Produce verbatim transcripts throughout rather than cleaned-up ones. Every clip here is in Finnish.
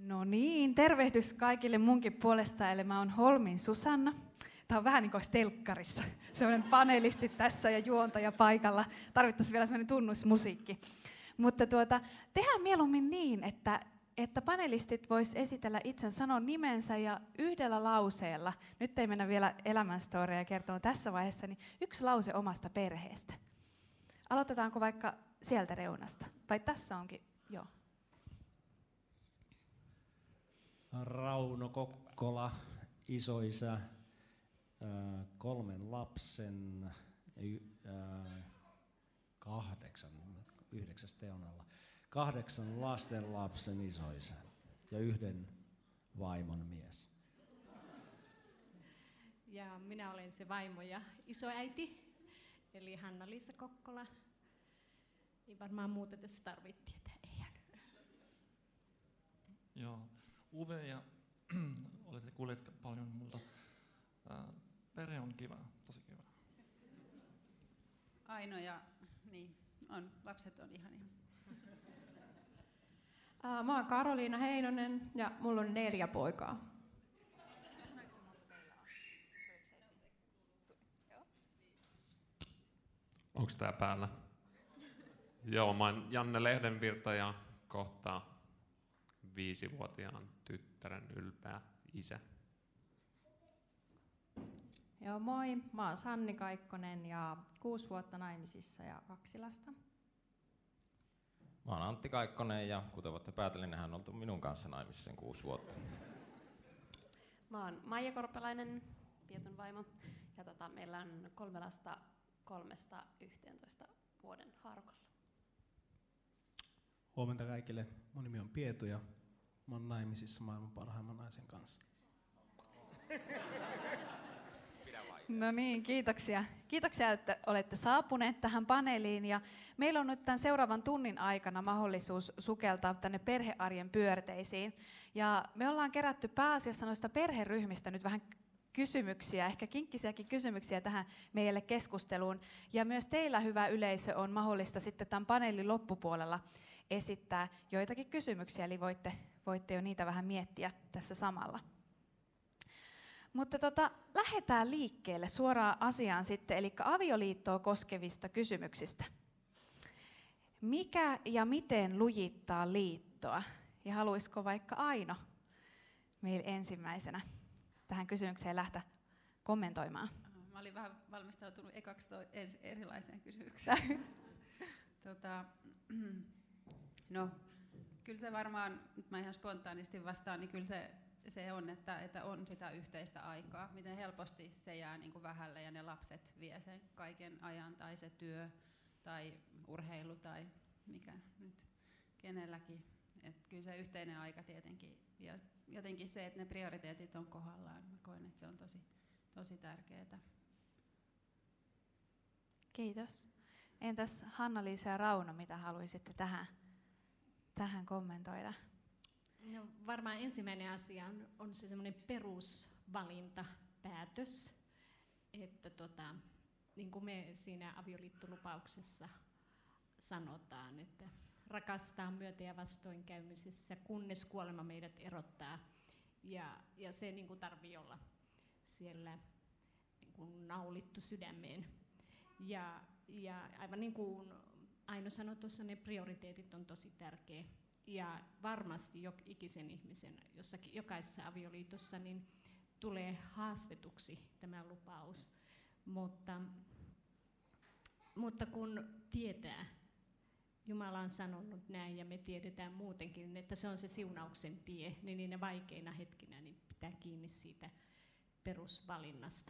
No niin, tervehdys kaikille munkin puolesta, eli mä oon Holmin Susanna. Tämä on vähän niin kuin telkkarissa, sellainen panelisti tässä ja juontaja paikalla. Tarvittaisiin vielä sellainen tunnusmusiikki. Mutta tuota, tehdään mieluummin niin, että, että panelistit vois esitellä itsen, sanoa nimensä ja yhdellä lauseella, nyt ei mennä vielä elämänstoria kertomaan tässä vaiheessa, niin yksi lause omasta perheestä. Aloitetaanko vaikka sieltä reunasta? Vai tässä onkin? Joo. Rauno Kokkola, isoisä, kolmen lapsen, kahdeksan, yhdeksäs teonalla, kahdeksan lasten lapsen isoisä ja yhden vaimon mies. Ja minä olen se vaimo ja isoäiti, eli Hanna-Liisa Kokkola. Ei varmaan muuta tässä tarvitse tietää, eihän. Joo, Uwe ja olette kuulleet paljon multa. Perhe on kiva, tosi kiva. Aino ja niin, on, lapset on ihania. Mä oon Karoliina Heinonen ja mulla on neljä poikaa. Onko tää päällä? Joo, mä oon Janne Lehdenvirta ja kohta viisivuotiaan tyttären ylpeä isä. Joo, moi. Mä oon Sanni Kaikkonen ja kuusi vuotta naimisissa ja kaksi lasta. Mä oon Antti Kaikkonen ja kuten voitte päätellä, niin hän on oltu minun kanssa naimisissa sen kuusi vuotta. Mä oon Maija Korpelainen, Pietun vaimo. Ja tota, meillä on kolme lasta kolmesta yhteentoista vuoden haarukalla. Huomenta kaikille. Mun nimi on Pietu ja mä oon naimisissa maailman parhaimman naisen kanssa. No niin, kiitoksia. Kiitoksia, että olette saapuneet tähän paneeliin. Ja meillä on nyt tämän seuraavan tunnin aikana mahdollisuus sukeltaa tänne perhearjen pyörteisiin. Ja me ollaan kerätty pääasiassa noista perheryhmistä nyt vähän kysymyksiä, ehkä kinkkisiäkin kysymyksiä tähän meille keskusteluun. Ja myös teillä, hyvä yleisö, on mahdollista sitten tämän paneelin loppupuolella esittää joitakin kysymyksiä, eli voitte, voitte jo niitä vähän miettiä tässä samalla. Mutta tota, lähdetään liikkeelle suoraan asiaan sitten, eli avioliittoa koskevista kysymyksistä. Mikä ja miten lujittaa liittoa? Ja haluaisiko vaikka Aino meille ensimmäisenä tähän kysymykseen lähteä kommentoimaan? Mä olin vähän valmistautunut ekaksi erilaiseen kysymykseen. tota, no, kyllä se varmaan, nyt mä ihan spontaanisti vastaan, niin kyllä se se on, että, että on sitä yhteistä aikaa. Miten helposti se jää niin kuin vähälle ja ne lapset vie sen kaiken ajan tai se työ tai urheilu tai mikä nyt kenelläkin. Et kyllä se yhteinen aika tietenkin ja jotenkin se, että ne prioriteetit on kohdallaan. Mä koen, että se on tosi, tosi tärkeää. Kiitos. Entäs Hanna-Liisa ja Rauno, mitä haluaisitte tähän, tähän kommentoida? No, varmaan ensimmäinen asia on, on se semmoinen perusvalintapäätös, että tota, niin kuin me siinä avioliittolupauksessa sanotaan, että rakastaa myötä- ja vastoinkäymisessä, kunnes kuolema meidät erottaa. Ja, ja se niin kuin tarvii olla siellä niin kuin naulittu sydämeen. Ja, ja aivan niin kuin Aino sanoi tuossa, ne prioriteetit on tosi tärkeä. Ja varmasti jok, ikisen ihmisen jossakin, jokaisessa avioliitossa niin tulee haastetuksi tämä lupaus. Mutta, mutta kun tietää, Jumala on sanonut näin ja me tiedetään muutenkin, että se on se siunauksen tie, niin niinä vaikeina hetkinä niin pitää kiinni siitä perusvalinnasta.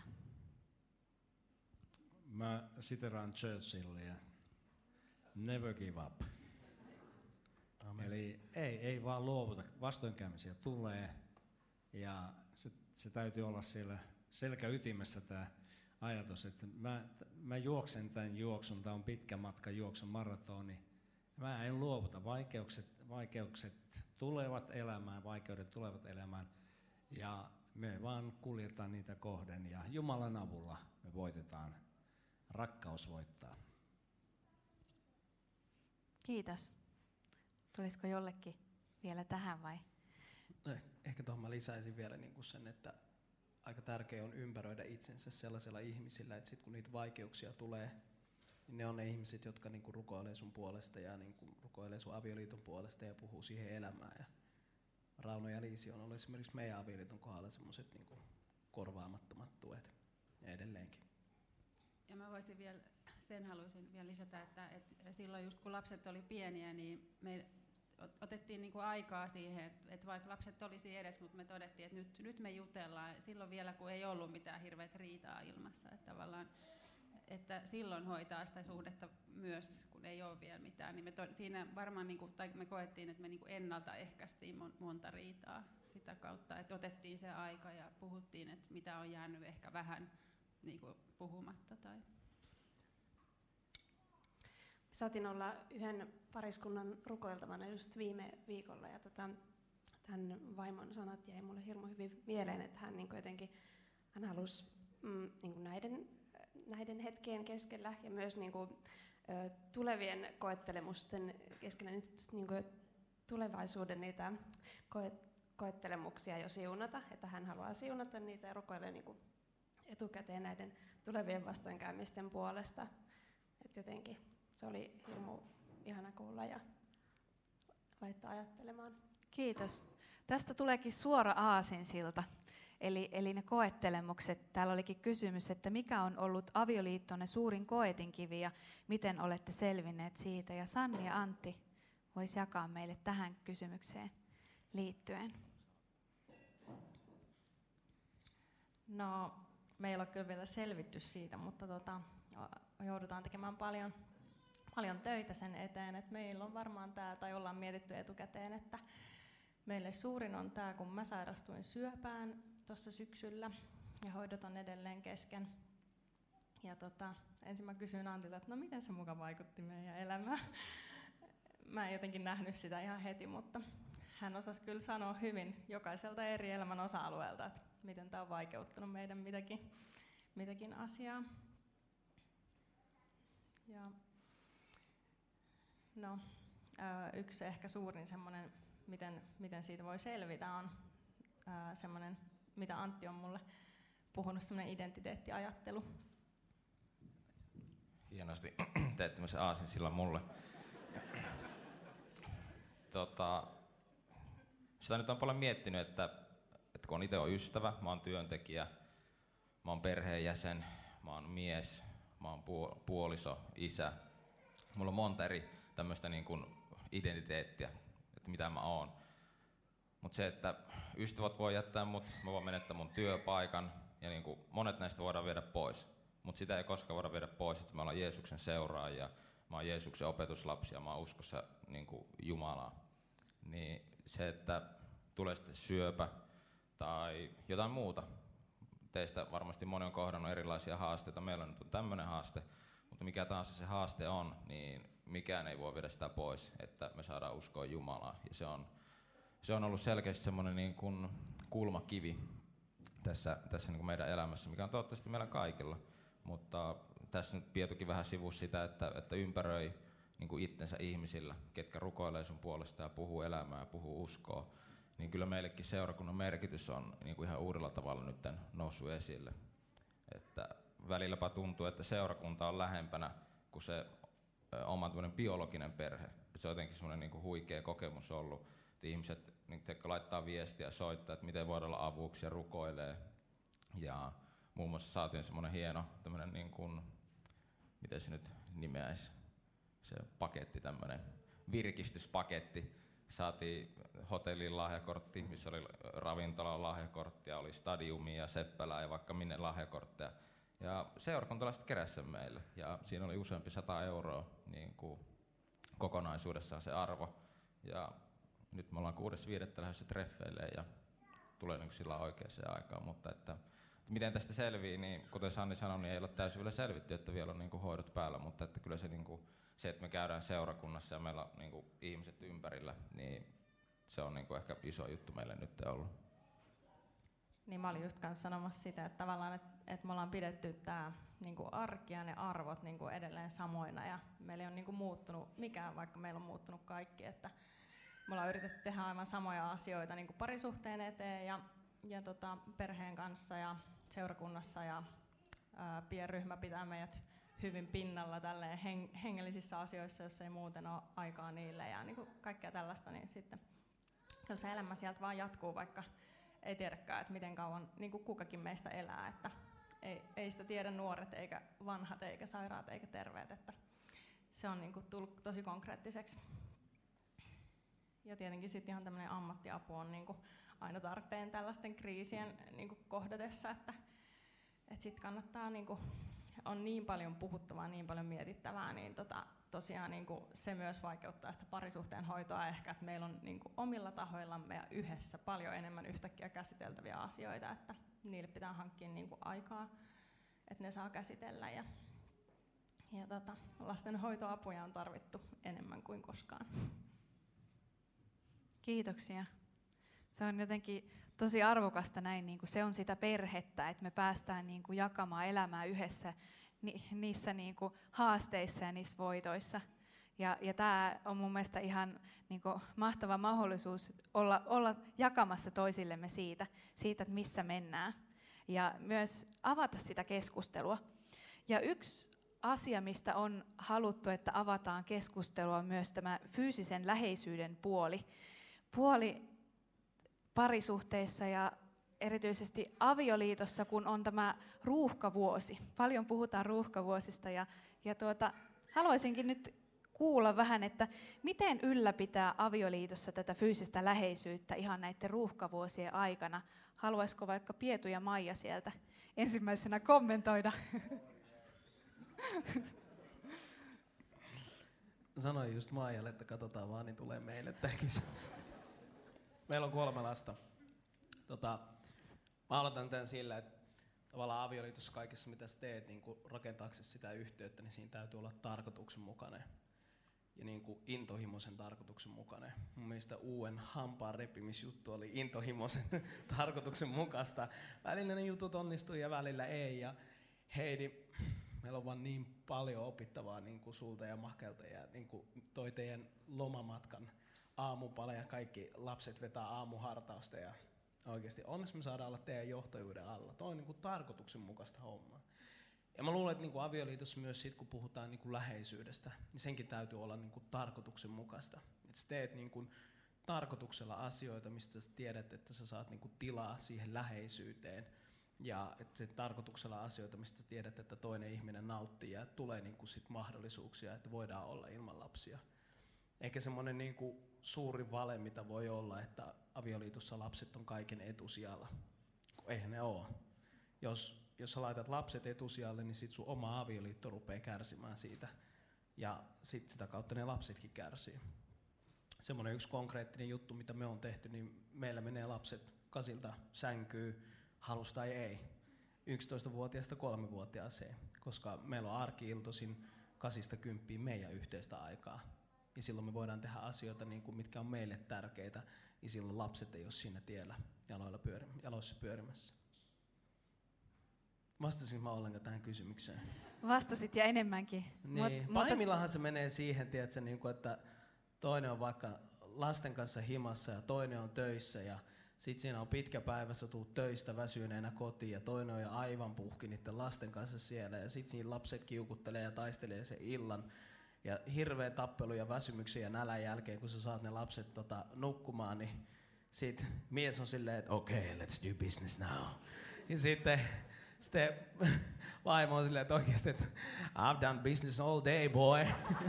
Mä siteraan Churchillia. Never give up. Amen. Eli ei, ei vaan luovuta, vastoinkäymisiä tulee ja se, se täytyy olla siellä selkäytimessä tämä ajatus, että mä, mä juoksen tämän juoksun, tämä on pitkä matka juoksun maratoni, mä en luovuta, vaikeukset, vaikeukset tulevat elämään, vaikeudet tulevat elämään ja me vaan kuljetaan niitä kohden ja Jumalan avulla me voitetaan, rakkaus voittaa. Kiitos. Tulisiko jollekin vielä tähän vai no, ehkä tuohon mä lisäisin vielä niin kuin sen, että aika tärkeää on ympäröidä itsensä sellaisilla ihmisillä, että sit kun niitä vaikeuksia tulee, niin ne on ne ihmiset, jotka niin kuin rukoilee sun puolesta ja niin kuin rukoilee sun avioliiton puolesta ja puhuu siihen elämään. Ja Rauno ja Liisi on ollut esimerkiksi meidän avioliiton kohdalla semmoiset niin kuin korvaamattomat tuet ja edelleenkin. Ja mä voisin vielä, sen haluaisin vielä lisätä, että, että silloin just kun lapset oli pieniä, niin me otettiin niinku aikaa siihen, että vaikka lapset olisi edes, mutta me todettiin, että nyt, nyt me jutellaan. Silloin vielä, kun ei ollut mitään hirveät riitaa ilmassa, että tavallaan, että silloin hoitaa sitä suhdetta myös, kun ei ole vielä mitään. Niin me to, siinä varmaan niinku, tai me koettiin, että me niinku ennaltaehkäistiin monta riitaa sitä kautta, että otettiin se aika ja puhuttiin, että mitä on jäänyt ehkä vähän niinku puhumatta. Tai. Saatiin olla yhden pariskunnan rukoiltavana just viime viikolla ja tota, tämän vaimon sanat jäi mulle hirmu hyvin mieleen, että hän niin jotenkin hän halusi mm, niin näiden, näiden hetkien keskellä ja myös niin kuin, ö, tulevien koettelemusten keskellä niin, niin kuin tulevaisuuden niitä koet, koettelemuksia jo siunata, että hän haluaa siunata niitä ja rukoilee niin kuin etukäteen näiden tulevien vastoinkäymisten puolesta, että jotenkin se oli hirmu ihana kuulla ja laittaa ajattelemaan. Kiitos. Tästä tuleekin suora aasinsilta, eli, eli ne koettelemukset. Täällä olikin kysymys, että mikä on ollut avioliittonne suurin koetinkivi ja miten olette selvinneet siitä. Ja Sanni ja Antti voisi jakaa meille tähän kysymykseen liittyen. No, me ei ole kyllä vielä selvitty siitä, mutta tota, joudutaan tekemään paljon paljon töitä sen eteen, että meillä on varmaan tämä, tai ollaan mietitty etukäteen, että meille suurin on tämä, kun mä sairastuin syöpään tuossa syksyllä ja hoidot on edelleen kesken. Ja tota, ensin mä kysyin Antilta, että no miten se muka vaikutti meidän elämään. Mä en jotenkin nähnyt sitä ihan heti, mutta hän osasi kyllä sanoa hyvin jokaiselta eri elämän osa-alueelta, että miten tämä on vaikeuttanut meidän mitäkin, mitäkin asiaa. Ja no, yksi ehkä suurin semmoinen, miten, miten siitä voi selvitä, on semmoinen, mitä Antti on mulle puhunut, semmoinen identiteettiajattelu. Hienosti teet tämmöisen aasinsillan mulle. tota, sitä nyt on paljon miettinyt, että, että kun on itse on ystävä, mä oon työntekijä, mä oon perheenjäsen, mä oon mies, mä oon puoliso, isä. Mulla on monta eri tämmöistä niin kuin identiteettiä, että mitä mä oon. Mutta se, että ystävät voi jättää mut, mä voin menettää mun työpaikan, ja niin kuin monet näistä voidaan viedä pois. Mutta sitä ei koskaan voida viedä pois, että me ollaan Jeesuksen seuraajia, mä oon Jeesuksen opetuslapsia, mä oon uskossa niin kuin Jumalaa. Niin se, että tulee sitten syöpä tai jotain muuta. Teistä varmasti moni on kohdannut erilaisia haasteita, meillä nyt on tämmöinen haaste, mutta mikä tahansa se haaste on, niin mikään ei voi viedä sitä pois, että me saadaan uskoa Jumalaa. Ja se on, se on ollut selkeästi semmoinen niin kuin kulmakivi tässä, tässä niin kuin meidän elämässä, mikä on toivottavasti meillä kaikilla. Mutta tässä nyt Pietukin vähän sivusi sitä, että, että ympäröi niin kuin itsensä ihmisillä, ketkä rukoilee sun puolesta ja puhuu elämää ja puhuu uskoa. Niin kyllä meillekin seurakunnan merkitys on niin kuin ihan uudella tavalla nyt noussut esille. Että välilläpä tuntuu, että seurakunta on lähempänä kuin se oma biologinen perhe. Se on jotenkin semmoinen niin kuin huikea kokemus ollut, että ihmiset niin laittaa viestiä ja soittaa, että miten voidaan olla avuksi ja rukoilee. Ja muun muassa saatiin semmoinen hieno, tämmöinen niin kuin, miten se nyt nimeäisi, se paketti, tämmöinen virkistyspaketti. Saatiin hotellin lahjakortti, missä oli ravintolan lahjakorttia, oli stadiumia ja Seppälää ja vaikka minne lahjakortteja. Ja seurakuntalaiset keräsi sen meille, ja siinä oli useampi sata euroa niin kuin kokonaisuudessaan se arvo. Ja nyt me ollaan kuudes viidettä lähdössä treffeille ja tulee niin kuin sillä oikeaan aikaan. Mutta että, että miten tästä selvii, niin kuten Sanni sanoi, niin ei ole täysin vielä selvitty, että vielä on niin kuin hoidot päällä. Mutta että kyllä se, niin kuin, se, että me käydään seurakunnassa ja meillä on niin kuin ihmiset ympärillä, niin se on niin kuin ehkä iso juttu meille nyt ollut. Niin mä olin just kanssa sanomassa sitä, että tavallaan, että, että me ollaan pidetty tämä niinku arki ja ne arvot niinku edelleen samoina ja meillä ei ole niinku muuttunut mikään, vaikka meillä on muuttunut kaikki. Että, me ollaan yritetty tehdä aivan samoja asioita niin kuin parisuhteen eteen ja, ja tota, perheen kanssa ja seurakunnassa ja ää, pienryhmä pitää meidät hyvin pinnalla tälleen heng- hengellisissä asioissa, jos ei muuten ole aikaa niille ja niin kuin kaikkea tällaista, niin sitten kyllä se elämä sieltä vaan jatkuu, vaikka ei tiedäkään, että miten kauan niin kuin kukakin meistä elää, että ei, ei sitä tiedä nuoret eikä vanhat eikä sairaat eikä terveet, että se on niin kuin tullut tosi konkreettiseksi. Ja tietenkin sitten ihan tämmöinen ammattiapu on niin kuin aina tarpeen tällaisten kriisien niin kuin kohdatessa, että, että sitten kannattaa, niin kuin, on niin paljon puhuttavaa, niin paljon mietittävää, niin tota, tosiaan niin kuin se myös vaikeuttaa sitä parisuhteen hoitoa ehkä, että meillä on niin kuin omilla tahoillamme ja yhdessä paljon enemmän yhtäkkiä käsiteltäviä asioita, että niille pitää hankkia niin kuin aikaa, että ne saa käsitellä. Ja, ja tota, lastenhoitoapuja on tarvittu enemmän kuin koskaan. Kiitoksia. Se on jotenkin tosi arvokasta näin, niin kuin se on sitä perhettä, että me päästään niin kuin jakamaan elämää yhdessä ni, niissä niin kuin haasteissa ja niissä voitoissa. Ja, ja tämä on mun mielestä ihan niin kuin mahtava mahdollisuus olla, olla jakamassa toisillemme siitä, siitä, että missä mennään. Ja myös avata sitä keskustelua. Ja yksi asia, mistä on haluttu, että avataan keskustelua, on myös tämä fyysisen läheisyyden puoli. Puoli parisuhteissa ja erityisesti avioliitossa, kun on tämä ruuhkavuosi. Paljon puhutaan ruuhkavuosista ja, ja tuota, haluaisinkin nyt kuulla vähän, että miten ylläpitää avioliitossa tätä fyysistä läheisyyttä ihan näiden ruuhkavuosien aikana. Haluaisiko vaikka Pietu ja Maija sieltä ensimmäisenä kommentoida? Sanoin just Maijalle, että katsotaan vaan, niin tulee meille tämä kysymys. Meillä on kolme lasta. Tota, mä aloitan tämän sillä, että tavallaan avioliitossa kaikessa mitä sä teet niin rakentaaksesi sitä yhteyttä, niin siinä täytyy olla tarkoituksenmukainen ja niin kuin intohimoisen tarkoituksenmukainen. Mun mielestä uuden hampaan repimisjuttu oli intohimoisen tarkoituksenmukaista. Välillä ne jutut onnistuu ja välillä ei. Ja Heidi, meillä on vaan niin paljon opittavaa niin kuin sulta ja Mahkelta ja niin kuin toi teidän lomamatkan aamupala ja kaikki lapset vetää aamuhartausta ja oikeasti onneksi me saadaan olla teidän johtajuuden alla. Toi on niin kuin tarkoituksenmukaista hommaa. Ja mä luulen, että niin kuin avioliitossa myös sit, kun puhutaan niin kuin läheisyydestä, niin senkin täytyy olla niin kuin tarkoituksenmukaista. Että sä teet niin kuin tarkoituksella asioita, mistä sä tiedät, että sä saat niin kuin tilaa siihen läheisyyteen. Ja että se tarkoituksella asioita, mistä sä tiedät, että toinen ihminen nauttii ja tulee niin kuin sit mahdollisuuksia, että voidaan olla ilman lapsia. Eikä semmoinen niin kuin suuri vale, mitä voi olla, että avioliitossa lapset on kaiken etusijalla. Eihän ne ole. Jos, jos sä laitat lapset etusijalle, niin sit sun oma avioliitto rupeaa kärsimään siitä. Ja sit sitä kautta ne lapsetkin kärsii. Semmoinen yksi konkreettinen juttu, mitä me on tehty, niin meillä menee lapset kasilta sänkyyn, halus tai ei. yksitoistavuotiaasta kolmevuotiaaseen, koska meillä on arki-iltoisin kasista kymppiin meidän yhteistä aikaa. Ja silloin me voidaan tehdä asioita, niin kuin, mitkä on meille tärkeitä, ja silloin lapset ei ole siinä tiellä jaloilla pyöri, jaloissa pyörimässä. Vastasin mä ollenkaan tähän kysymykseen? Vastasit ja enemmänkin. Niin. Mut, Pahimmillaan se menee siihen, tiedätkö, niin kuin, että toinen on vaikka lasten kanssa himassa ja toinen on töissä ja sitten siinä on pitkä päivä, sä tuut töistä väsyneenä kotiin ja toinen on jo aivan puhki niiden lasten kanssa siellä ja sitten siinä lapset kiukuttelee ja taistelee sen illan. Ja hirveä tappelu ja väsymyksen ja nälän jälkeen, kun sä saat ne lapset tota, nukkumaan, niin sit mies on silleen, että okei, okay, let's do business now. Ja sitten, sitten vaimo on silleen, että oikeasti, että I've done business all day, boy.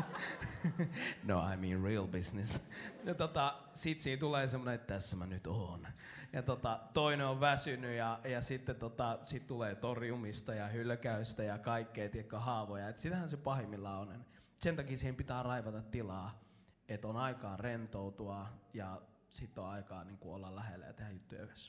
No, I mean real business. Ja tota, sit siinä tulee semmoinen, että tässä mä nyt oon. Ja tota, toinen on väsynyt ja, ja sitten tota, sit tulee torjumista ja hylkäystä ja kaikkea, tiedätkö, haavoja. Et sitähän se pahimmillaan on. Sen takia siihen pitää raivata tilaa, että on aikaa rentoutua ja sitten on aikaa niin kuin olla lähellä ja tehdä juttuja yhdessä.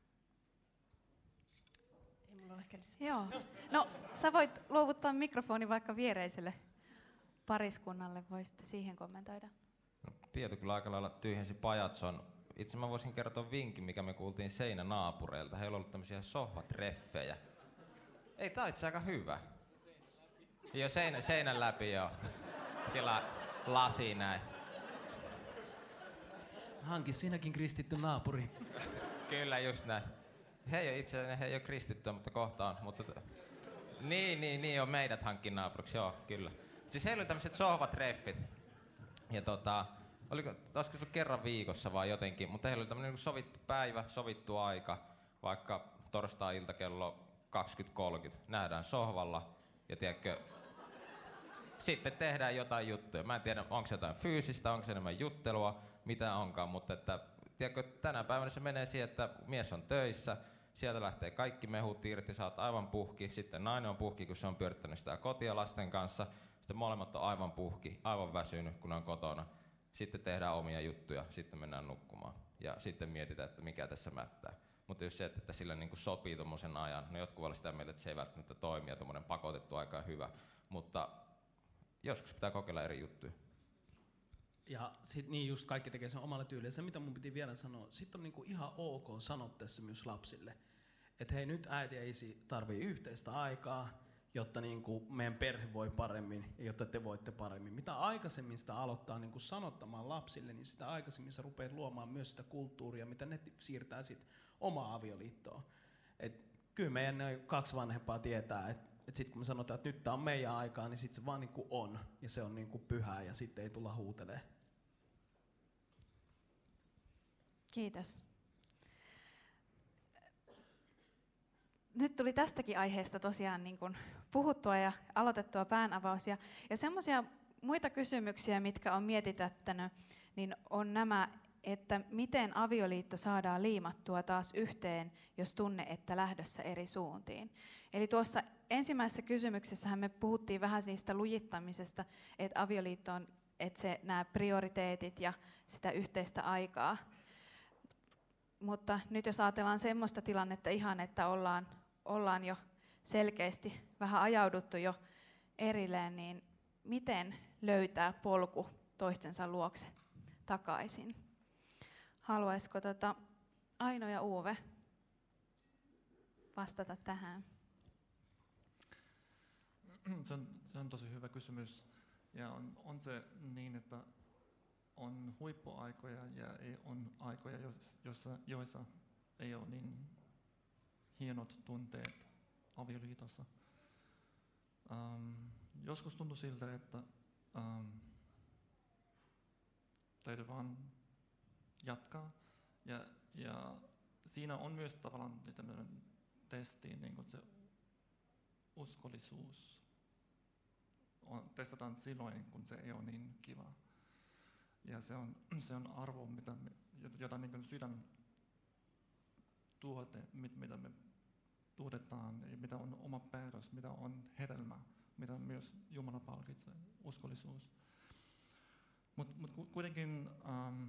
Ei mulla ole ehkä lisää. Joo. No, sä voit luovuttaa mikrofoni vaikka viereiselle pariskunnalle. Voisitte siihen kommentoida. No, Pietu kyllä aika lailla tyhjensi pajatson. Itse mä voisin kertoa vinkin, mikä me kuultiin seinänaapureilta. Heillä on ollut tämmöisiä sohvatreffejä. Ei, tää on itse aika hyvä. Joo, seinä, seinän läpi joo. Sillä lasi näin. Hanki sinäkin kristitty naapuri. Kyllä, just näin. He ei ole itse asiassa, he ei ole kristittyä, mutta kohta on. Mutta t- niin, niin, niin on meidät hankkin naapuriksi, joo, kyllä. Siis heillä oli tämmöiset sohvatreffit. Ja tota, oliko, olisiko se ollut kerran viikossa vai jotenkin, mutta heillä oli tämmöinen niin sovittu päivä, sovittu aika, vaikka torstai-ilta kello kaksikymmentä kolmekymmentä. Nähdään sohvalla ja tiedätkö, sitten tehdään jotain juttuja. Mä en tiedä, onko se jotain fyysistä, onko se enemmän juttelua, mitä onkaan, mutta että, tiedätkö, tänä päivänä se menee siihen, että mies on töissä, sieltä lähtee kaikki mehut irti, sä oot aivan puhki, sitten nainen on puhki, kun se on pyörittänyt sitä kotia lasten kanssa, sitten molemmat on aivan puhki, aivan väsynyt, kun on kotona. Sitten tehdään omia juttuja, sitten mennään nukkumaan ja sitten mietitään, että mikä tässä mättää. Mutta jos se, että sillä niin kuin sopii tuommoisen ajan, no jotkut ovat sitä mieltä, että se ei välttämättä toimi ja tuommoinen pakotettu aika on hyvä, mutta joskus pitää kokeilla eri juttuja. Ja sit niin just kaikki tekee sen omalla tyylillä. Se mitä mun piti vielä sanoa, sit on niinku ihan ok sanoa tässä myös lapsille, että hei nyt äiti ja isi tarvii yhteistä aikaa, jotta niinku meidän perhe voi paremmin ja jotta te voitte paremmin. Mitä aikaisemmin sitä aloittaa niinku sanottamaan lapsille, niin sitä aikaisemmin sä rupeat luomaan myös sitä kulttuuria, mitä ne siirtää sit omaa avioliittoon. Et kyllä meidän kaksi vanhempaa tietää, että et sitten kun me sanotaan, että nyt tää on meidän aikaa, niin sitten se vaan niinku on ja se on niinku pyhää ja sitten ei tulla huutelee. Kiitos. Nyt tuli tästäkin aiheesta tosiaan niin kuin puhuttua ja aloitettua päänavaus. Ja, ja semmoisia muita kysymyksiä, mitkä on mietityttänyt, niin on nämä, että miten avioliitto saadaan liimattua taas yhteen, jos tunne, että lähdössä eri suuntiin. Eli tuossa ensimmäisessä kysymyksessähän me puhuttiin vähän niistä lujittamisesta, että avioliitto on, että se nämä prioriteetit ja sitä yhteistä aikaa. Mutta nyt jos ajatellaan semmoista tilannetta ihan, että ollaan, ollaan jo selkeästi vähän ajauduttu jo erilleen, niin miten löytää polku toistensa luokse takaisin? Haluaisiko tota Aino ja Uwe vastata tähän? Se on, se on tosi hyvä kysymys. Ja on, on se niin, että on huippuaikoja ja ei on aikoja, joissa, joissa ei ole niin hienot tunteet avioliitossa. Um, joskus tuntuu siltä, että um, täytyy vaan jatkaa. Ja, ja siinä on myös tavallaan tämmöinen testi, niin kuin se uskollisuus. On, testataan silloin, kun se ei ole niin kiva. Ja se on, se on arvo, mitä me, jota niin kuin sydän tuote, mitä me tuotetaan, mitä on oma päätös, mitä on hedelmä, mitä myös Jumala palkitsee, uskollisuus. Mutta mut kuitenkin ähm,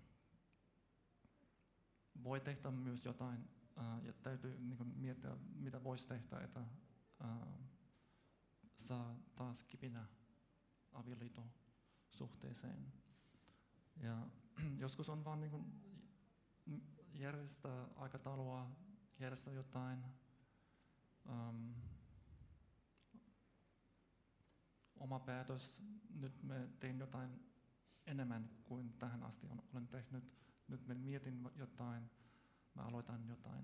voi tehdä myös jotain, äh, ja täytyy niin kuin miettiä, mitä voisi tehdä, että äh, saa taas kipinä avioliiton suhteeseen. Ja joskus on vaan niin kuin järjestää aikataulua, järjestää jotain um, oma päätös. Nyt me tein jotain enemmän kuin tähän asti olen tehnyt. Nyt me mietin jotain, mä aloitan jotain.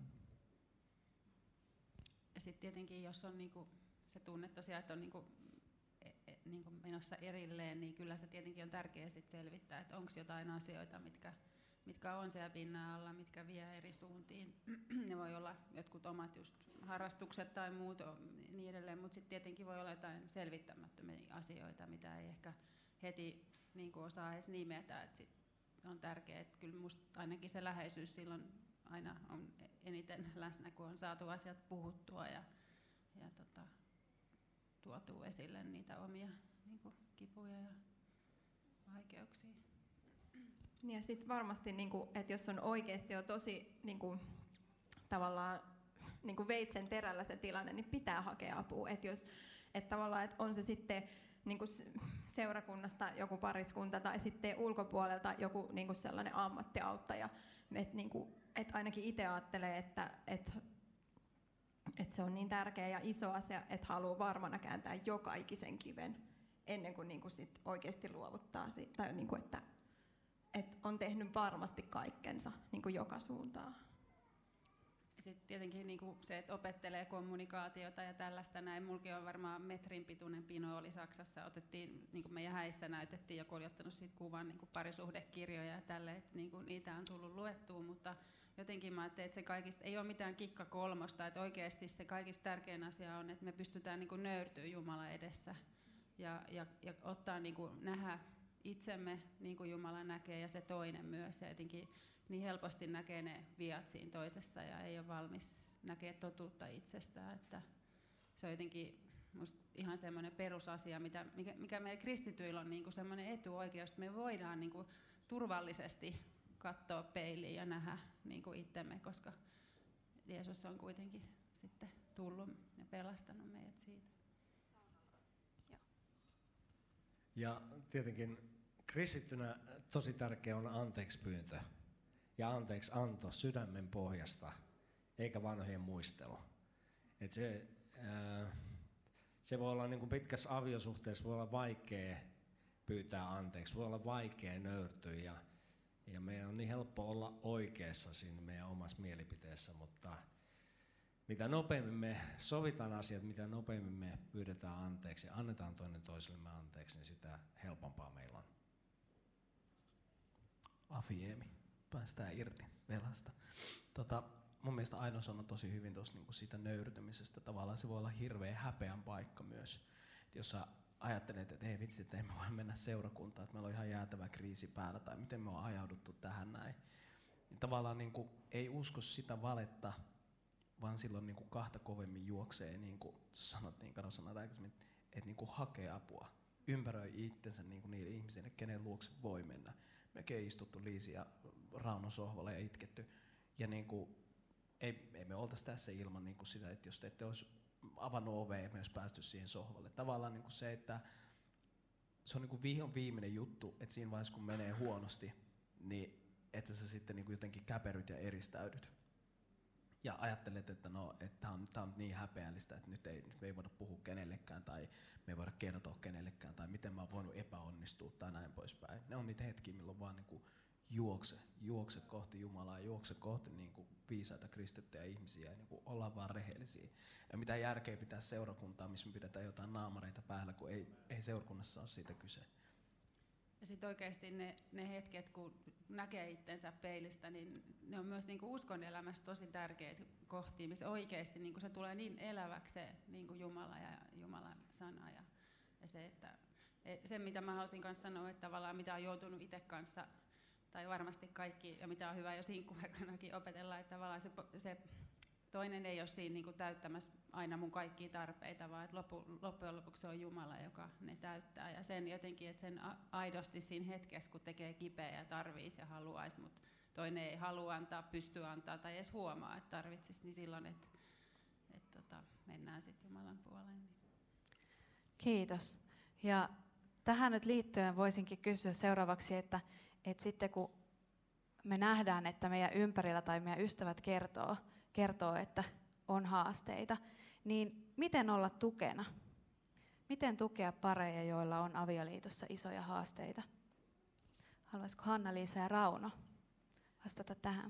Ja sitten tietenkin, jos on niinku se tunne tosiaan, että on niinku niin kuin menossa erilleen, niin kyllä se tietenkin on tärkeää sit selvittää, että onko jotain asioita, mitkä, mitkä on siellä pinnan alla, mitkä vie eri suuntiin. Ne voi olla jotkut omat just harrastukset tai muut niin edelleen, mutta sitten tietenkin voi olla jotain selvittämättömiä asioita, mitä ei ehkä heti niin kuin osaa edes nimetä. Et sit on tärkeää, että kyllä musta ainakin se läheisyys silloin aina on eniten läsnä, kun on saatu asiat puhuttua ja, ja tota, tuotuu esille niitä omia niin kuin, kipuja ja vaikeuksia. Ja sitten varmasti, niin kuin, että jos on oikeasti jo tosi niin kuin, tavallaan niin kuin veitsen terällä se tilanne, niin pitää hakea apua. Että jos, että tavallaan, että on se sitten niin kuin seurakunnasta joku pariskunta tai sitten ulkopuolelta joku niin kuin sellainen ammattiauttaja. Että niin kuin, että ainakin itse ajattelee, että, että että se on niin tärkeä ja iso asia, että haluaa varmana kääntää joka ikisen kiven ennen kuin, niin kuin sit oikeasti luovuttaa. Tai niin kuin, että, et on tehnyt varmasti kaikkensa niin kuin joka suuntaan. Sitten tietenkin niin kuin se, että opettelee kommunikaatiota ja tällaista näin. Mulki on varmaan metrin pituinen pino oli Saksassa. Otettiin, niin kuin meidän häissä näytettiin, joku oli ottanut siitä kuvan niin kuin parisuhdekirjoja ja tälle, että niin kuin niitä on tullut luettua, mutta jotenkin mä ajattelin, että se kaikista, ei ole mitään kikka kolmosta, että oikeasti se kaikista tärkein asia on, että me pystytään niin kuin nöyrtyä Jumalan edessä ja, ja, ja ottaa, niin kuin, nähdä itsemme niin kuin Jumala näkee ja se toinen myös. Ja jotenkin niin helposti näkee ne viat siinä toisessa ja ei ole valmis näkee totuutta itsestään. Että se on jotenkin musta ihan semmoinen perusasia, mitä, mikä, mikä meillä kristityillä on niin kuin semmoinen etuoikeus, että me voidaan niin kuin turvallisesti katsoa peiliin ja nähdä niin kuin itsemme, koska Jeesus on kuitenkin sitten tullut ja pelastanut meidät siitä. Ja tietenkin kristittynä tosi tärkeä on anteeksi pyyntö ja anteeksi anto sydämen pohjasta, eikä vanhojen muistelu. Et se, ää, se voi olla niin kuin pitkässä aviosuhteessa voi olla vaikea pyytää anteeksi, voi olla vaikea nöyrtyä ja, ja meidän on niin helppo olla oikeassa siinä meidän omassa mielipiteessä, mutta mitä nopeammin me sovitaan asiat, mitä nopeammin me pyydetään anteeksi ja annetaan toinen toisellemme anteeksi, niin sitä helpompaa meillä on. Afiemi, päästään irti velasta. Tota, mun mielestä Aino sanoi tosi hyvin tuossa niinku siitä nöyrtymisestä. Tavallaan se voi olla hirveä häpeän paikka myös. Jos sä ajattelet, että ei vitsi, että emme voi mennä seurakuntaan, että meillä on ihan jäätävä kriisi päällä, tai miten me on ajauduttu tähän näin. Niin tavallaan niinku, ei usko sitä valetta, vaan silloin niinku kahta kovemmin juoksee, niin kuin sanottiin, Karo sanoi aikaisemmin, että niinku hakee apua. Ympäröi itsensä niinku niille ihmisille, kenen luokse voi mennä. Mekin istuttu Liisi ja Rauno sohvalla ja itketty. Ja niinku, ei, ei me oltaisi tässä ilman niinku sitä, että jos te ette olisi avannut ovea ja me olisi päästy siihen sohvalle. Tavallaan niinku se, että se on niinku vihon viimeinen juttu, että siinä vaiheessa kun menee huonosti, niin että sä sitten niinku jotenkin käperyt ja eristäydyt. Ja ajattelet, että no, tämä on, on niin häpeällistä, että nyt ei, nyt me ei voida puhua kenellekään tai me ei voida kertoa kenellekään tai miten mä oon voinut epäonnistua tai näin poispäin. Ne on niitä hetkiä, milloin vaan niin kuin juokse, juokse kohti Jumalaa, juokse kohti niin kuin viisaita kristittyjä ihmisiä ja niin kuin ollaan vaan rehellisiä. Ja mitä järkeä pitää seurakuntaa, missä me pidetään jotain naamareita päällä, kun ei, ei seurakunnassa ole siitä kyse. Ja sitten oikeasti ne, ne hetket, kun näkee itsensä peilistä, niin ne on myös niinku uskon elämässä tosi tärkeitä kohtia, missä oikeasti niinku se tulee niin eläväksi se niinku Jumala ja Jumalan sana. Ja, ja se, että, se, mitä mä haluaisin kanssa sanoa, että tavallaan mitä on joutunut itse kanssa, tai varmasti kaikki, ja mitä on hyvä jo sinkkuaikanakin opetella, että tavallaan se, se toinen ei ole siinä niinku täyttämässä aina mun kaikkia tarpeita, vaan että loppu, loppujen lopuksi se on Jumala, joka ne täyttää. Ja sen jotenkin, että sen aidosti siinä hetkessä, kun tekee kipeä ja tarvitsisi ja haluaisi, mutta toinen ei halua antaa, pysty antaa tai edes huomaa, että tarvitsisi, niin silloin, että, että tota, mennään sitten Jumalan puoleen. Niin. Kiitos. Ja tähän nyt liittyen voisinkin kysyä seuraavaksi, että, että sitten kun me nähdään, että meidän ympärillä tai meidän ystävät kertoo, kertoo, että on haasteita, niin miten olla tukena? Miten tukea pareja, joilla on avioliitossa isoja haasteita? Haluaisiko Hanna-Liisa ja Rauno vastata tähän?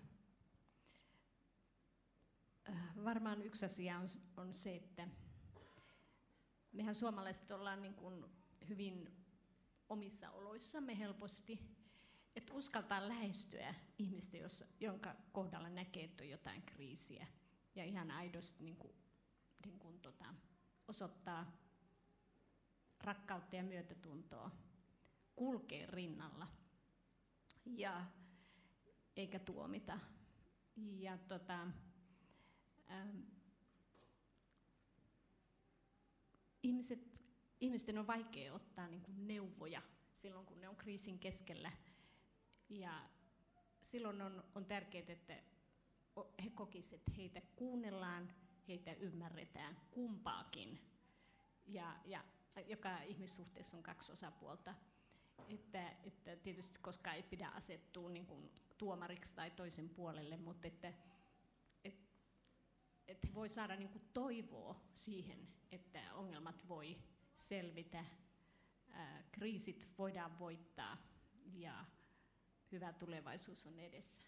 Varmaan yksi asia on, on se, että mehän suomalaiset ollaan niin kuin hyvin omissa oloissamme helposti, että uskaltaa lähestyä ihmistä, jos, jonka kohdalla näkee, että on jotain kriisiä. Ja ihan aidosti niin kuin, niin kuin, tota, osoittaa rakkautta ja myötätuntoa, kulkee rinnalla ja eikä tuomita. Ja, tota, ähm, ihmiset, ihmisten on vaikea ottaa niin kuin neuvoja silloin, kun ne on kriisin keskellä. Ja silloin on, on tärkeää, että he kokisivat, että heitä kuunnellaan, heitä ymmärretään kumpaakin. Ja, ja joka ihmissuhteessa on kaksi osapuolta. Että, että tietysti koskaan ei pidä asettua niin kuin tuomariksi tai toisen puolelle, mutta että, että, että voi saada niin kuin toivoa siihen, että ongelmat voi selvitä, ää, kriisit voidaan voittaa ja hyvä tulevaisuus on edessä.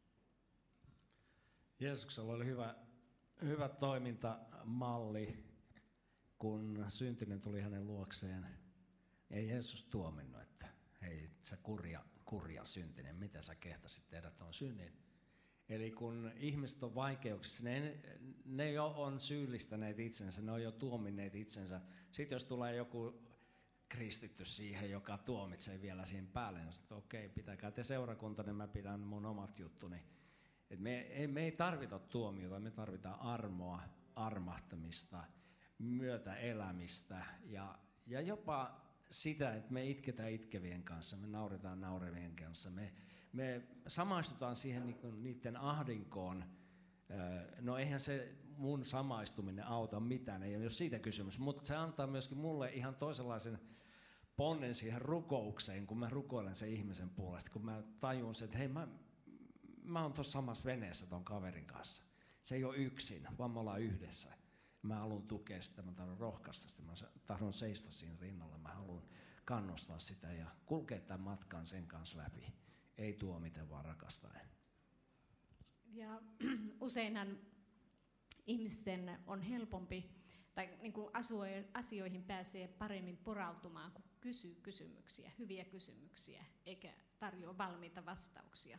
Jeesuksella oli hyvä, hyvä toimintamalli, kun syntinen tuli hänen luokseen. Ei Jeesus tuominnut, että hei, sä kurja, kurja syntinen, mitä sä kehtasit tehdä tuon synnin. Eli kun ihmiset on vaikeuksissa, ne, ne jo on syyllistäneet itsensä, ne on jo tuominneet itsensä. Sitten jos tulee joku kristitty siihen, joka tuomitsee vielä siihen päälle, niin sitten okei, pitäkää te seurakunta, niin mä pidän mun omat juttuni. Et me, ei, me ei tarvita tuomiota, me tarvitaan armoa, armahtamista, myötäelämistä ja, ja jopa sitä, että me itketään itkevien kanssa, me nauretaan naurevien kanssa, me, me samaistutaan siihen niin kuin niiden ahdinkoon. No eihän se mun samaistuminen auta mitään, ei ole siitä kysymys, mutta se antaa myöskin mulle ihan toisenlaisen ponnen siihen rukoukseen, kun mä rukoilen sen ihmisen puolesta, kun mä tajun sen, että hei, mä, mä oon tuossa samassa veneessä ton kaverin kanssa. Se ei ole yksin, vaan me ollaan yhdessä. Mä haluan tukea sitä, mä tahdon rohkaista sitä, mä tahdon seistä siinä rinnalla, mä haluan kannustaa sitä ja kulkea tämän matkan sen kanssa läpi. Ei tuomiten, vaan rakastaen. Ja useinhan ihmisten on helpompi, tai niin kuin asioihin pääsee paremmin porautumaan, kun kysyy kysymyksiä, hyviä kysymyksiä, eikä tarjoa valmiita vastauksia.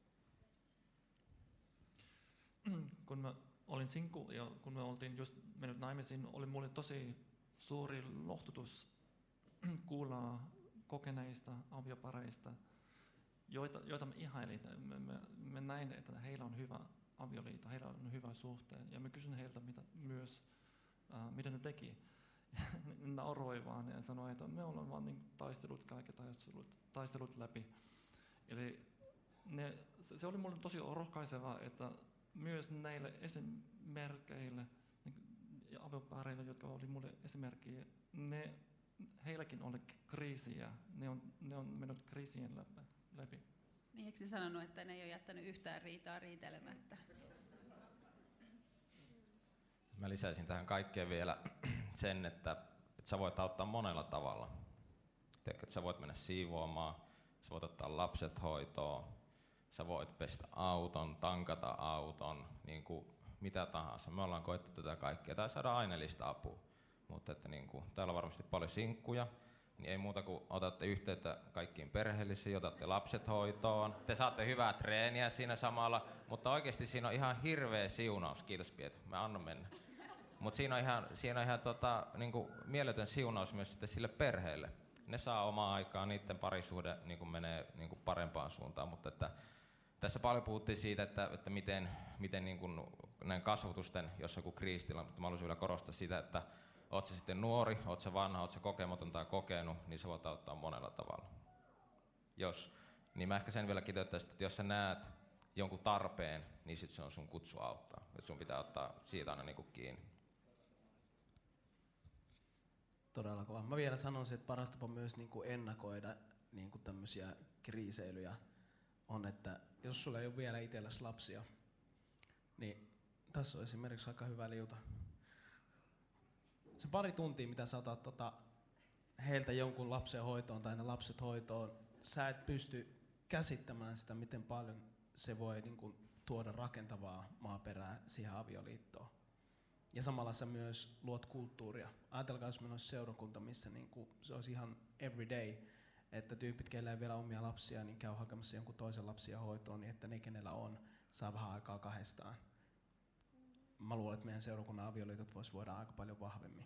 Kun mä olin sinkku ja kun me oltiin just mennyt naimisiin, oli mulle tosi suuri lohtutus kuulla kokeneista aviopareista, joita, joita mä ihailin. Mä, mä, mä näin, että heillä on hyvä avioliitto, heillä on hyvä suhteen. Ja mä kysyin heiltä mitä, myös, äh, mitä ne teki. Ne nauroi vaan ja sanoi, että me ollaan vaan niin taistelut kaikki taistelut, taistelut läpi. Eli ne, se, se oli mulle tosi rohkaisevaa, että myös näille esimerkkeille ja aviopareille, jotka oli mulle esimerkkiä, ne, heilläkin oli kriisiä. Ne on, ne on mennyt kriisien läpi. läpi. Niin, eikö se sanonut, että ne ei ole jättänyt yhtään riitaa riitelemättä? Mä lisäisin tähän kaikkeen vielä sen, että, että sä voit auttaa monella tavalla. Teekö, että sä voit mennä siivoamaan, sä voit ottaa lapset hoitoon, sä voit pestä auton, tankata auton, niin kuin mitä tahansa. Me ollaan koettu tätä kaikkea. Tai saada aineellista apua. Mutta että niin kuin, täällä on varmasti paljon sinkkuja, niin ei muuta kuin otatte yhteyttä kaikkiin perheellisiin, otatte lapset hoitoon. Te saatte hyvää treeniä siinä samalla, mutta oikeasti siinä on ihan hirveä siunaus. Kiitos Pietri, mä annan mennä. Mutta siinä on ihan, siinä on ihan tota, niin kuin mieletön siunaus myös sitten sille perheelle. Ne saa omaa aikaa, niiden parisuhde niin kuin menee niin kuin parempaan suuntaan, mutta että tässä paljon puhuttiin siitä, että, että miten, miten niin kuin näin kasvatusten, jos joku kriisitila, mutta mä haluaisin vielä korostaa sitä, että oot sä sitten nuori, oot sä vanha, oot sä kokematon tai kokenut, niin sä voit auttaa monella tavalla. Jos, niin mä ehkä sen vielä kiteyttäisin, että jos sä näet jonkun tarpeen, niin sit se on sun kutsu auttaa. Et sun pitää ottaa siitä aina niinku kiinni. Todella kova. Mä vielä sanoisin, että paras tapa myös niinku ennakoida niinku tämmöisiä kriiseilyjä on, että jos sulla ei ole vielä itselläsi lapsia, niin tässä on esimerkiksi aika hyvä liuta. Se pari tuntia, mitä sä otat tota, heiltä jonkun lapsen hoitoon tai ne lapset hoitoon, sä et pysty käsittämään sitä, miten paljon se voi niin kuin, tuoda rakentavaa maaperää siihen avioliittoon. Ja samalla sä myös luot kulttuuria. Ajatelkaa, jos meillä olisi seurakunta, missä niin kuin, se olisi ihan everyday, että tyypit, keillä ei vielä omia lapsia, niin käy hakemassa jonkun toisen lapsia hoitoon, niin että ne, kenellä on, saa vähän aikaa kahdestaan. Mä luulen, että meidän seurakunnan avioliitot vois voida aika paljon vahvemmin.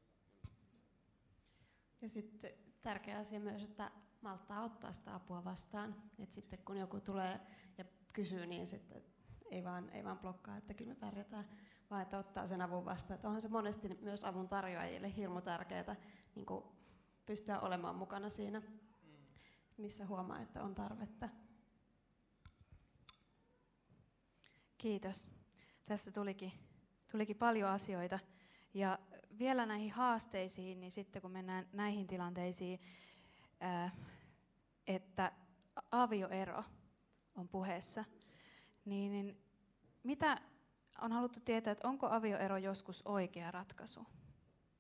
Ja sitten tärkeä asia myös, että malttaa ottaa sitä apua vastaan. Et sitten kun joku tulee ja kysyy, niin sitten ei vaan, ei vaan blokkaa, että kyllä me pärjätään, vaan että ottaa sen avun vastaan. Et onhan se monesti myös avun tarjoajille hirmu tärkeää niin kuin pystyä olemaan mukana siinä, missä huomaa, että on tarvetta. Kiitos. Tässä tulikin, tulikin paljon asioita. Ja vielä näihin haasteisiin, niin sitten kun mennään näihin tilanteisiin, ää, että avioero on puheessa, niin, niin mitä on haluttu tietää, että onko avioero joskus oikea ratkaisu?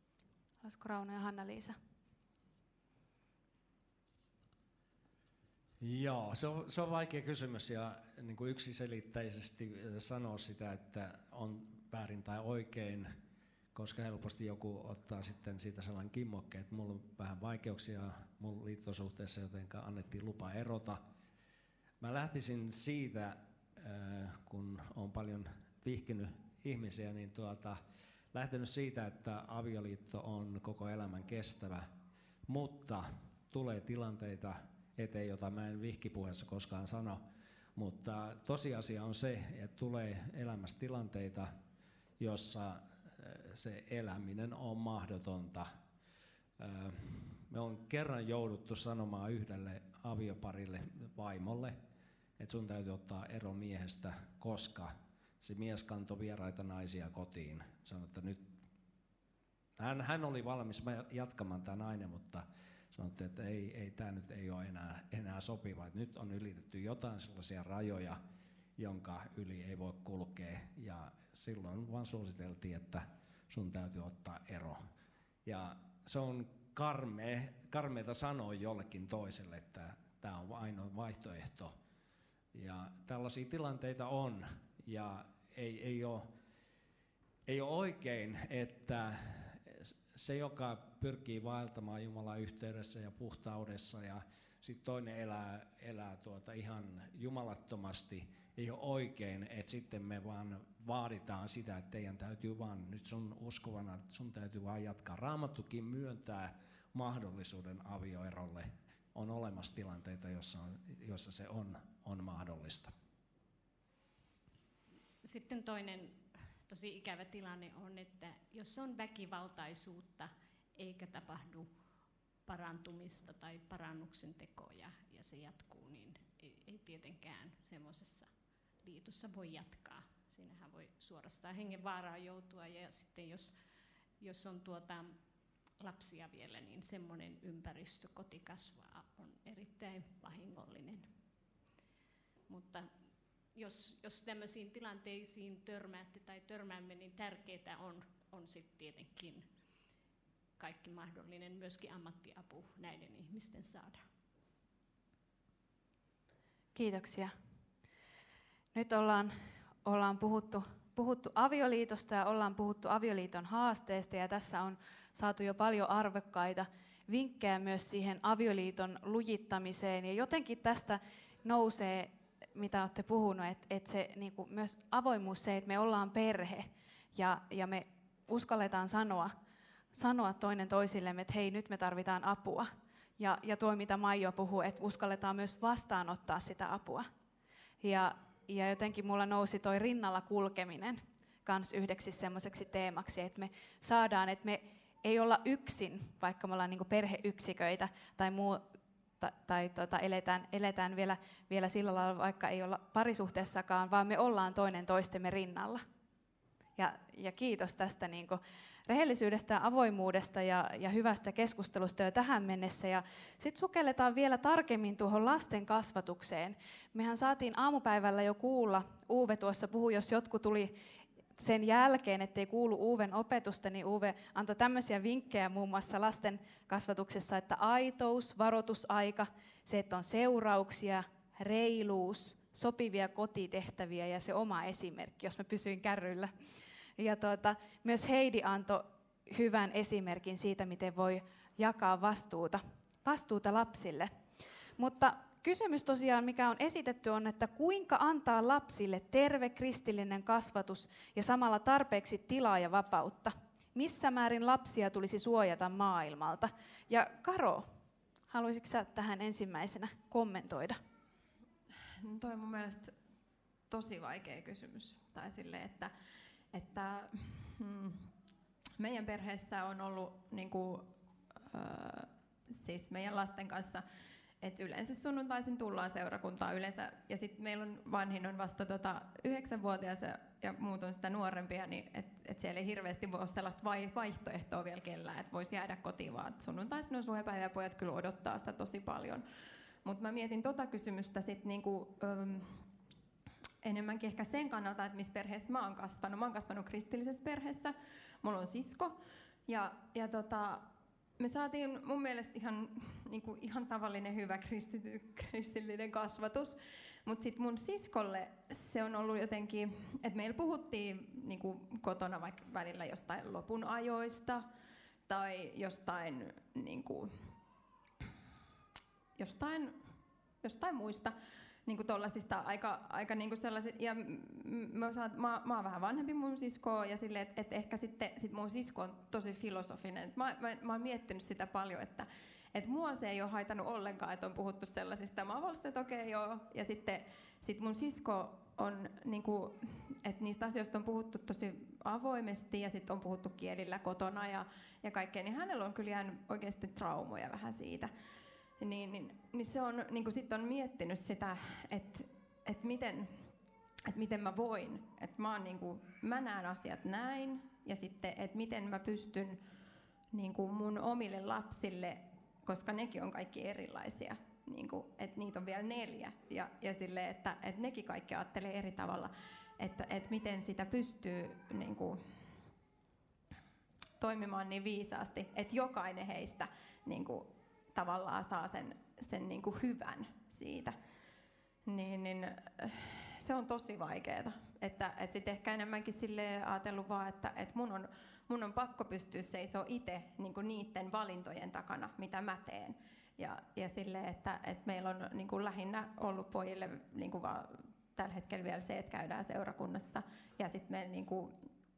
Olisiko Rauno ja Hanna-Liisa? Joo, se on, se on vaikea kysymys ja niin kuin yksiselitteisesti sanoa sitä, että on väärin tai oikein, koska helposti joku ottaa sitten siitä sellainen kimmokke, että mulla on vähän vaikeuksia mun liittosuhteessa, joten annettiin lupa erota. Mä lähtisin siitä, kun on paljon vihkinyt ihmisiä, niin tuota, lähtenyt siitä, että avioliitto on koko elämän kestävä, mutta tulee tilanteita eteen, jota mä en vihkipuheessa koskaan sano, mutta tosiasia on se, että tulee elämässä tilanteita, jossa se eläminen on mahdotonta. Me on kerran jouduttu sanomaan yhdelle avioparille vaimolle, että sun täytyy ottaa ero miehestä, koska se mies kantoi vieraita naisia kotiin. Sanoi, että nyt hän, hän oli valmis jatkamaan tämä nainen, mutta sanottiin, että ei, ei tämä nyt ei ole enää, enää sopiva. Että nyt on ylitetty jotain sellaisia rajoja, jonka yli ei voi kulkea. Ja silloin vaan suositeltiin, että sun täytyy ottaa ero. Ja se on karmea, karmeita sanoa jollekin toiselle, että tämä on ainoa vaihtoehto. Ja tällaisia tilanteita on. Ja ei, ei, ole, ei ole oikein, että se, joka pyrkii vaeltamaan Jumalan yhteydessä ja puhtaudessa ja sitten toinen elää, elää tuota ihan jumalattomasti, ei ole oikein, että sitten me vaan vaaditaan sitä, että teidän täytyy vaan nyt sun uskovana, sun täytyy vaan jatkaa. Raamattukin myöntää mahdollisuuden avioerolle. On olemassa tilanteita, jossa, on, jossa se on, on mahdollista. Sitten toinen tosi ikävä tilanne on, että jos on väkivaltaisuutta eikä tapahdu parantumista tai parannuksen tekoja ja se jatkuu, niin ei, ei tietenkään semmoisessa liitossa voi jatkaa. Siinähän voi suorastaan hengenvaaraan joutua ja sitten jos, jos on tuota lapsia vielä, niin semmoinen ympäristö, koti kasvaa, on erittäin vahingollinen. Mutta jos, jos tämmöisiin tilanteisiin törmäätte tai törmäämme, niin tärkeää on, on sitten tietenkin kaikki mahdollinen, myöskin ammattiapu näiden ihmisten saada. Kiitoksia. Nyt ollaan, ollaan puhuttu, puhuttu avioliitosta ja ollaan puhuttu avioliiton haasteista ja tässä on saatu jo paljon arvokkaita vinkkejä myös siihen avioliiton lujittamiseen ja jotenkin tästä nousee, mitä olette puhunut, että, että se niin kuin myös avoimuus se, että me ollaan perhe ja, ja me uskalletaan sanoa, sanoa toinen toisillemme, että hei, nyt me tarvitaan apua. Ja, ja tuo, mitä Maiju puhuu, että uskalletaan myös vastaanottaa sitä apua. Ja, ja jotenkin mulla nousi toi rinnalla kulkeminen kans yhdeksi semmoiseksi teemaksi, että me saadaan, että me ei olla yksin, vaikka me ollaan niinku perheyksiköitä tai muu, tai, tai tota, eletään, eletään vielä, vielä sillä lailla, vaikka ei olla parisuhteessakaan, vaan me ollaan toinen toistemme rinnalla. Ja, ja kiitos tästä niinku rehellisyydestä ja avoimuudesta ja, ja hyvästä keskustelusta jo tähän mennessä. Ja sitten sukelletaan vielä tarkemmin tuohon lasten kasvatukseen. Mehän saatiin aamupäivällä jo kuulla, Uwe tuossa puhui, jos jotkut tuli sen jälkeen, ettei kuulu Uven opetusta, niin Uwe antoi tämmöisiä vinkkejä muun muassa lasten kasvatuksessa, että aitous, varoitusaika, se, että on seurauksia, reiluus, sopivia kotitehtäviä ja se oma esimerkki, jos mä pysyin kärryillä. Ja tuota, myös Heidi antoi hyvän esimerkin siitä, miten voi jakaa vastuuta, vastuuta lapsille. Mutta kysymys tosiaan, mikä on esitetty, on, että kuinka antaa lapsille terve kristillinen kasvatus ja samalla tarpeeksi tilaa ja vapautta? Missä määrin lapsia tulisi suojata maailmalta? Ja Karo, haluaisitko sä tähän ensimmäisenä kommentoida? No toi on mun mielestä tosi vaikea kysymys. Tai sille, että että hmm, meidän perheessä on ollut niinku, äh, siis meidän lasten kanssa, että yleensä sunnuntaisin tullaan seurakuntaan yleensä, ja sitten meillä on vanhin on vasta tota, yhdeksänvuotias ja, ja muut on sitä nuorempia, niin että et siellä ei hirveästi voi olla sellaista vai, vaihtoehtoa vielä kellään, että voisi jäädä kotiin, vaan sunnuntaisin on suhepäivä ja pojat kyllä odottaa sitä tosi paljon. Mutta mä mietin tota kysymystä sitten niinku, ähm, enemmänkin ehkä sen kannalta, että missä perheessä mä oon kasvanut. Mä oon kasvanut kristillisessä perheessä, mulla on sisko, ja, ja tota, me saatiin mun mielestä ihan, niin kuin, ihan tavallinen hyvä kristity, kristillinen kasvatus, mutta sitten mun siskolle se on ollut jotenkin, että meillä puhuttiin niin kuin kotona vaikka välillä jostain lopun ajoista tai jostain, niin kuin, jostain, jostain muista. Niinku tollasista aika, aika niinku sellaiset, ja mä, saan, mä, mä oon vähän vanhempi mun siskoa, ja silleen, että et ehkä sitten sit mun sisko on tosi filosofinen. Mä, mä, mä oon miettinyt sitä paljon, että et mua se ei ole haitannut ollenkaan, että on puhuttu sellaisista. Mä oon ollut että okei okay, joo, ja sitten sit mun sisko on, niinku, että niistä asioista on puhuttu tosi avoimesti, ja sitten on puhuttu kielillä kotona ja, ja kaikkea, niin hänellä on kyllä jäänyt oikeasti traumoja vähän siitä. Niin, niin, niin se on, niin sitten on miettinyt sitä, että et miten, et miten mä voin. Että mä, niin kuin, mä näen asiat näin, ja sitten, että miten mä pystyn niin kuin mun omille lapsille, koska nekin on kaikki erilaisia, niin kuin, että niitä on vielä neljä, ja, ja sille, että, että nekin kaikki ajattelee eri tavalla, että, että miten sitä pystyy niin kuin, toimimaan niin viisaasti, että jokainen heistä niin kuin, tavallaan saa sen, sen niin kuin hyvän siitä, niin, niin se on tosi vaikeaa. Että et sitten ehkä enemmänkin silleen ajatellut vaan, että et mun, on, mun on pakko pystyä seisoo itse niin kuin niiden valintojen takana, mitä mä teen. Ja, ja silleen, että et meillä on niin kuin lähinnä ollut pojille niin kuin vaan tällä hetkellä vielä se, että käydään seurakunnassa. Ja sitten meillä niin kuin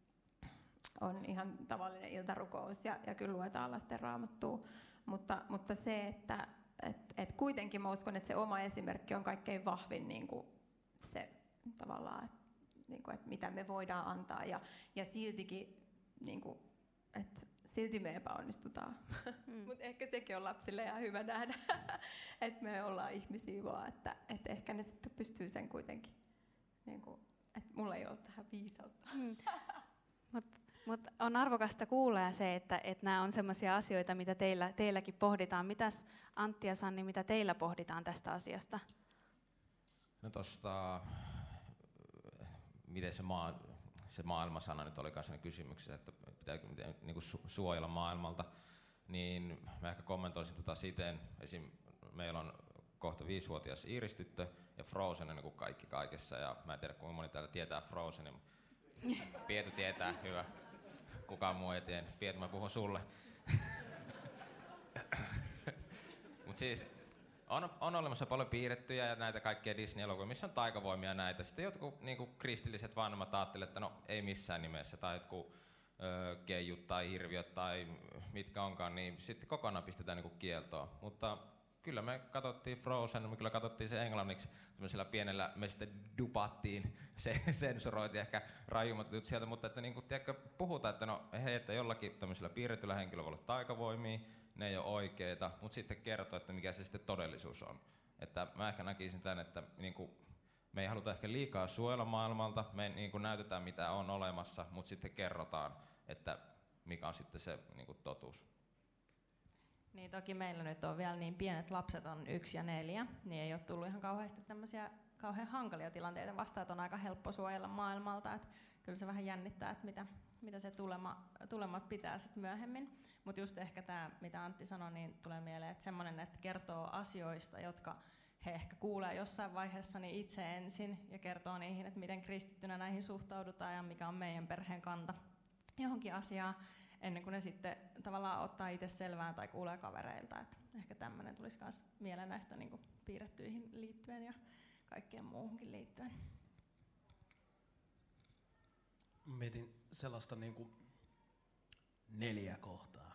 on ihan tavallinen iltarukous ja, ja kyllä luetaan lasten raamattua. Mutta, mutta se, että et, et kuitenkin mä uskon, että se oma esimerkki on kaikkein vahvin niin kuin se tavallaan, että niin kuin, et mitä me voidaan antaa. Ja, ja siltikin, niin kuin, että silti me epäonnistutaan. Mm. Mutta ehkä sekin on lapsille ihan hyvä nähdä, että me ollaan ihmisiä vaan, että et ehkä ne sitten pystyy sen kuitenkin. Niin kuin, että mulla ei ole tähän viisautta. Mm. Mutta on arvokasta kuulla se, että, että nämä on sellaisia asioita, mitä teillä, teilläkin pohditaan. Mitäs Antti ja Sanni, mitä teillä pohditaan tästä asiasta? No tosta, miten se, maa, se maailmasana nyt olikaan sellainen kysymyksessä, että pitääkö niin kuin suojella maailmalta, niin mä ehkä kommentoisin tota siten, esim. Meillä on kohta viisivuotias Iiris-tyttö ja Frozen on niin kuin kaikki kaikessa, ja mä en tiedä kuinka moni täällä tietää Frozenin. Pietu tietää, hyvä. Kukaan muu ei tiedä. Pietu, mä puhun sulle. Mut siis on, on olemassa paljon piirrettyjä ja näitä kaikkia Disney-elokuvia, missä on taikavoimia näitä. Sitten jotkut niinku kristilliset vanhemmat ajattelevat, että no ei missään nimessä, tai jotkut ö, keijut tai hirviöt tai mitkä onkaan, niin sitten kokonaan pistetään niinku kieltoon. Mutta kyllä me katsottiin Frozen, me kyllä katsottiin se englanniksi, tämmöisellä pienellä, me sitten dupattiin, se sensuroitiin ehkä rajummat jutut sieltä, mutta että niin kuin, tiedätkö, puhutaan, että no hei, että jollakin tämmöisellä piirretyllä henkilöllä voi olla taikavoimia, ne ei ole oikeita, mutta sitten kertoo, että mikä se sitten todellisuus on. Että mä ehkä näkisin tämän, että niin kuin, me ei haluta ehkä liikaa suojella maailmalta, me niin kuin näytetään mitä on olemassa, mutta sitten kerrotaan, että mikä on sitten se niin kuin totuus. Niin toki meillä nyt on vielä niin pienet lapset, on yksi ja neljä, niin ei ole tullut ihan kauheasti tämmöisiä kauhean hankalia tilanteita vastaan, että on aika helppo suojella maailmalta, että kyllä se vähän jännittää, että mitä, mitä se tulema, tulemat pitää sitten myöhemmin. Mutta just ehkä tämä, mitä Antti sanoi, niin tulee mieleen, että semmoinen, että kertoo asioista, jotka he ehkä kuulee jossain vaiheessa niin itse ensin ja kertoo niihin, että miten kristittynä näihin suhtaudutaan ja mikä on meidän perheen kanta johonkin asiaan, ennen kuin ne sitten tavallaan ottaa itse selvään tai kuulee kavereilta. Että ehkä tämmöinen tulisi myös mieleen näistä niin kuin piirrettyihin liittyen ja kaikkeen muuhunkin liittyen. Mietin sellaista niin kuin neljä kohtaa.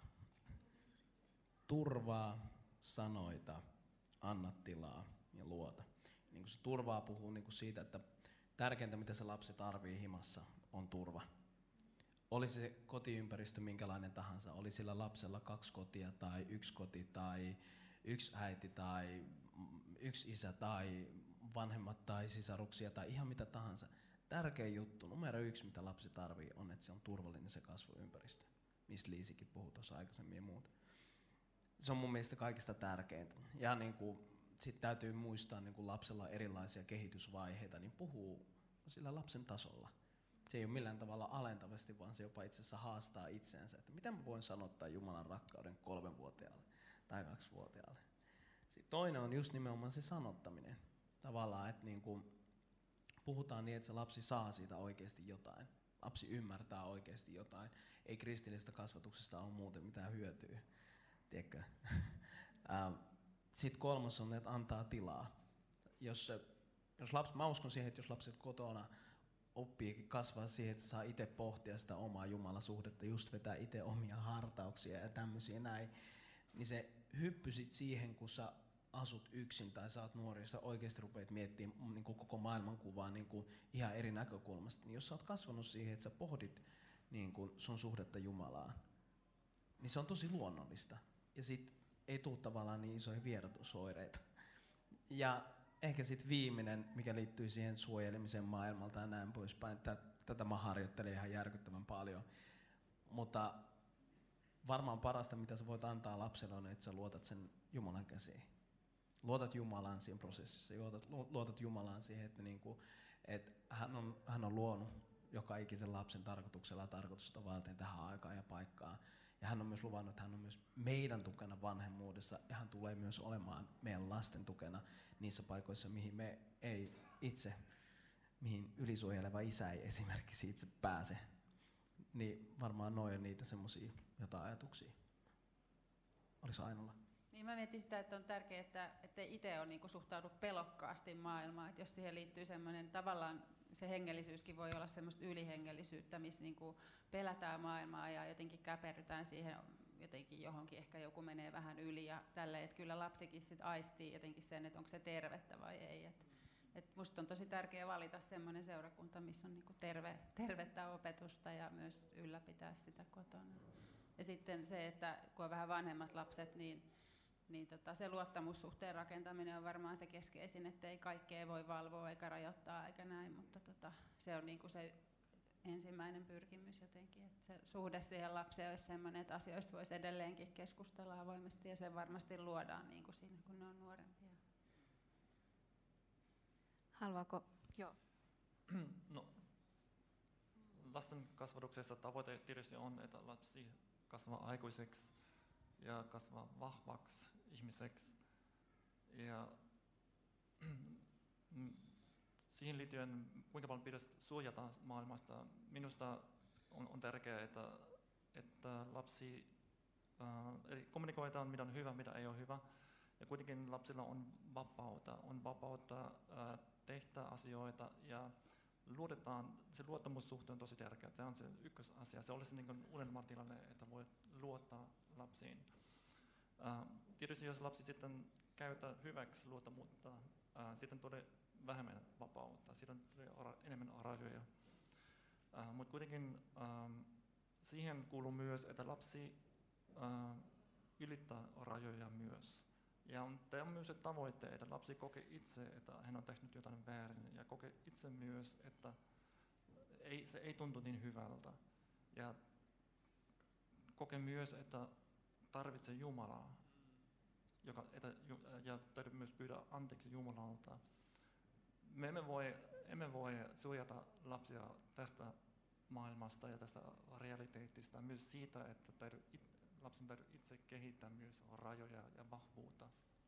Turvaa, sanoita, anna tilaa ja luota. Niin kuin se turvaa puhuu niin kuin siitä, että tärkeintä mitä se lapsi tarvitsee himassa on turva. Oli se kotiympäristö minkälainen tahansa, oli sillä lapsella kaksi kotia tai yksi koti tai yksi äiti tai yksi isä tai vanhemmat tai sisaruksia tai ihan mitä tahansa. Tärkein juttu, numero yksi mitä lapsi tarvii on, että se on turvallinen se kasvuympäristö, mistä Liisikin puhui tuossa aikaisemmin ja muuta. Se on mun mielestä kaikista tärkeintä. Ja niin kuin, sit täytyy muistaa, niin kuin lapsella on erilaisia kehitysvaiheita, niin puhuu sillä lapsen tasolla. se ei ole millään tavalla alentavasti, vaan se jopa itse asiassa haastaa itseensä, että mitä mä voin sanottaa Jumalan rakkauden kolmenvuotiaalle tai kaksivuotiaalle. Sitten toinen on just nimenomaan se sanottaminen. Tavallaan, että niin kuin puhutaan niin, että se lapsi saa siitä oikeasti jotain. Lapsi ymmärtää oikeasti jotain. Ei kristillisestä kasvatuksesta ole muuten mitään hyötyä. Tiedätkö? Sitten kolmas on, että antaa tilaa. Jos, jos lapsi, mä uskon siihen, että jos lapset kotona oppii kasvaa siihen, että saa itse pohtia sitä omaa Jumalasuhdetta, just vetää itse omia hartauksia ja tämmöisiä näin, niin se hyppy sit siihen, kun sä asut yksin tai sä oot nuori ja sä oikeasti rupeat miettimään niin kuin koko maailmankuvaa niin kuin ihan eri näkökulmasta, niin jos sä oot kasvanut siihen, että sä pohdit niin kuin sun suhdetta Jumalaan, niin se on tosi luonnollista. Ja sit ei tule tavallaan niin isoja vierotusoireita. Ja ehkä sitten viimeinen, mikä liittyy siihen suojelemiseen maailmalta ja näin poispäin. Tätä mä harjoittelen ihan järkyttävän paljon. Mutta varmaan parasta, mitä sä voit antaa lapselle, on, että sä luotat sen Jumalan käsiin. Luotat Jumalaan siinä prosessissa. Luotat, luotat Jumalaan siihen, että, niinku, että hän, on, hän on luonut joka ikisen lapsen tarkoituksella ja tarkoitusta varten tähän aikaan ja paikkaan. Ja hän on myös luvannut, että hän on myös meidän tukena vanhemmuudessa ja hän tulee myös olemaan meidän lasten tukena niissä paikoissa, mihin me ei itse, mihin ylisuojeleva isä ei esimerkiksi itse pääse. Niin varmaan noin on niitä semmoisia jotain ajatuksia. Olis Ainola? Niin mä mietin sitä, että on tärkeää, että ettei itse ole niinku suhtaudu pelokkaasti maailmaan. Että jos siihen liittyy semmoinen tavallaan, se hengellisyyskin voi olla semmoista ylihengellisyyttä, missä niinku pelätään maailmaa ja jotenkin käperrytään siihen jotenkin johonkin, ehkä joku menee vähän yli ja tälleen, että kyllä lapsikin sit aistii jotenkin sen, että onko se tervettä vai ei. Et, et musta on tosi tärkeää valita semmoinen seurakunta, missä on niinku terve, tervettä opetusta ja myös ylläpitää sitä kotona. Ja sitten se, että kun on vähän vanhemmat lapset, niin niin tota, se luottamussuhteen rakentaminen on varmaan se keskeisin, että ei kaikkea voi valvoa eikä rajoittaa eikä näin, mutta tota, se on niinku se ensimmäinen pyrkimys jotenkin, että se suhde siihen lapseen olisi sellainen, että asioista voisi edelleenkin keskustella avoimesti ja se varmasti luodaan niinku siinä, kun ne on nuorempia. Haluaako? Joo. No, lasten kasvatuksessa tavoite tietysti on, että lapsi kasvaa aikuiseksi ja kasvaa vahvaksi ihmiseksi. Ja siihen liittyen, kuinka paljon pitäisi suojata maailmasta, minusta on, on tärkeää, että, että lapsi äh, eli kommunikoidaan, mitä on hyvä, mitä ei ole hyvä. Ja kuitenkin lapsilla on vapautta, on vapautta äh, tehdä asioita ja luotetaan, se luottamussuhde on tosi tärkeä. Tämä on se ykkösasia. Se olisi niin kuin unelmatilanne, että voi luottaa lapsiin. Uh, tietysti jos lapsi sitten käyttää hyväksi luottamuutta, uh, sitten tulee vähemmän vapautta, sitten tulee ara, enemmän rajoja. Uh, Mutta kuitenkin um, siihen kuuluu myös, että lapsi uh, ylittää rajoja myös. Ja on, tämä on myös se tavoite, että lapsi kokee itse, että hän on tehnyt jotain väärin, ja kokee itse myös, että ei, se ei tuntu niin hyvältä. Ja kokee myös, että tarvitsee Jumalaa, joka, että, ja täytyy myös pyydä anteeksi Jumalalta. Me emme voi, emme voi suojata lapsia tästä maailmasta ja tästä realiteetista, myös siitä, että täytyy, lapsen täytyy itse kehittää myös rajoja ja vahvuutta.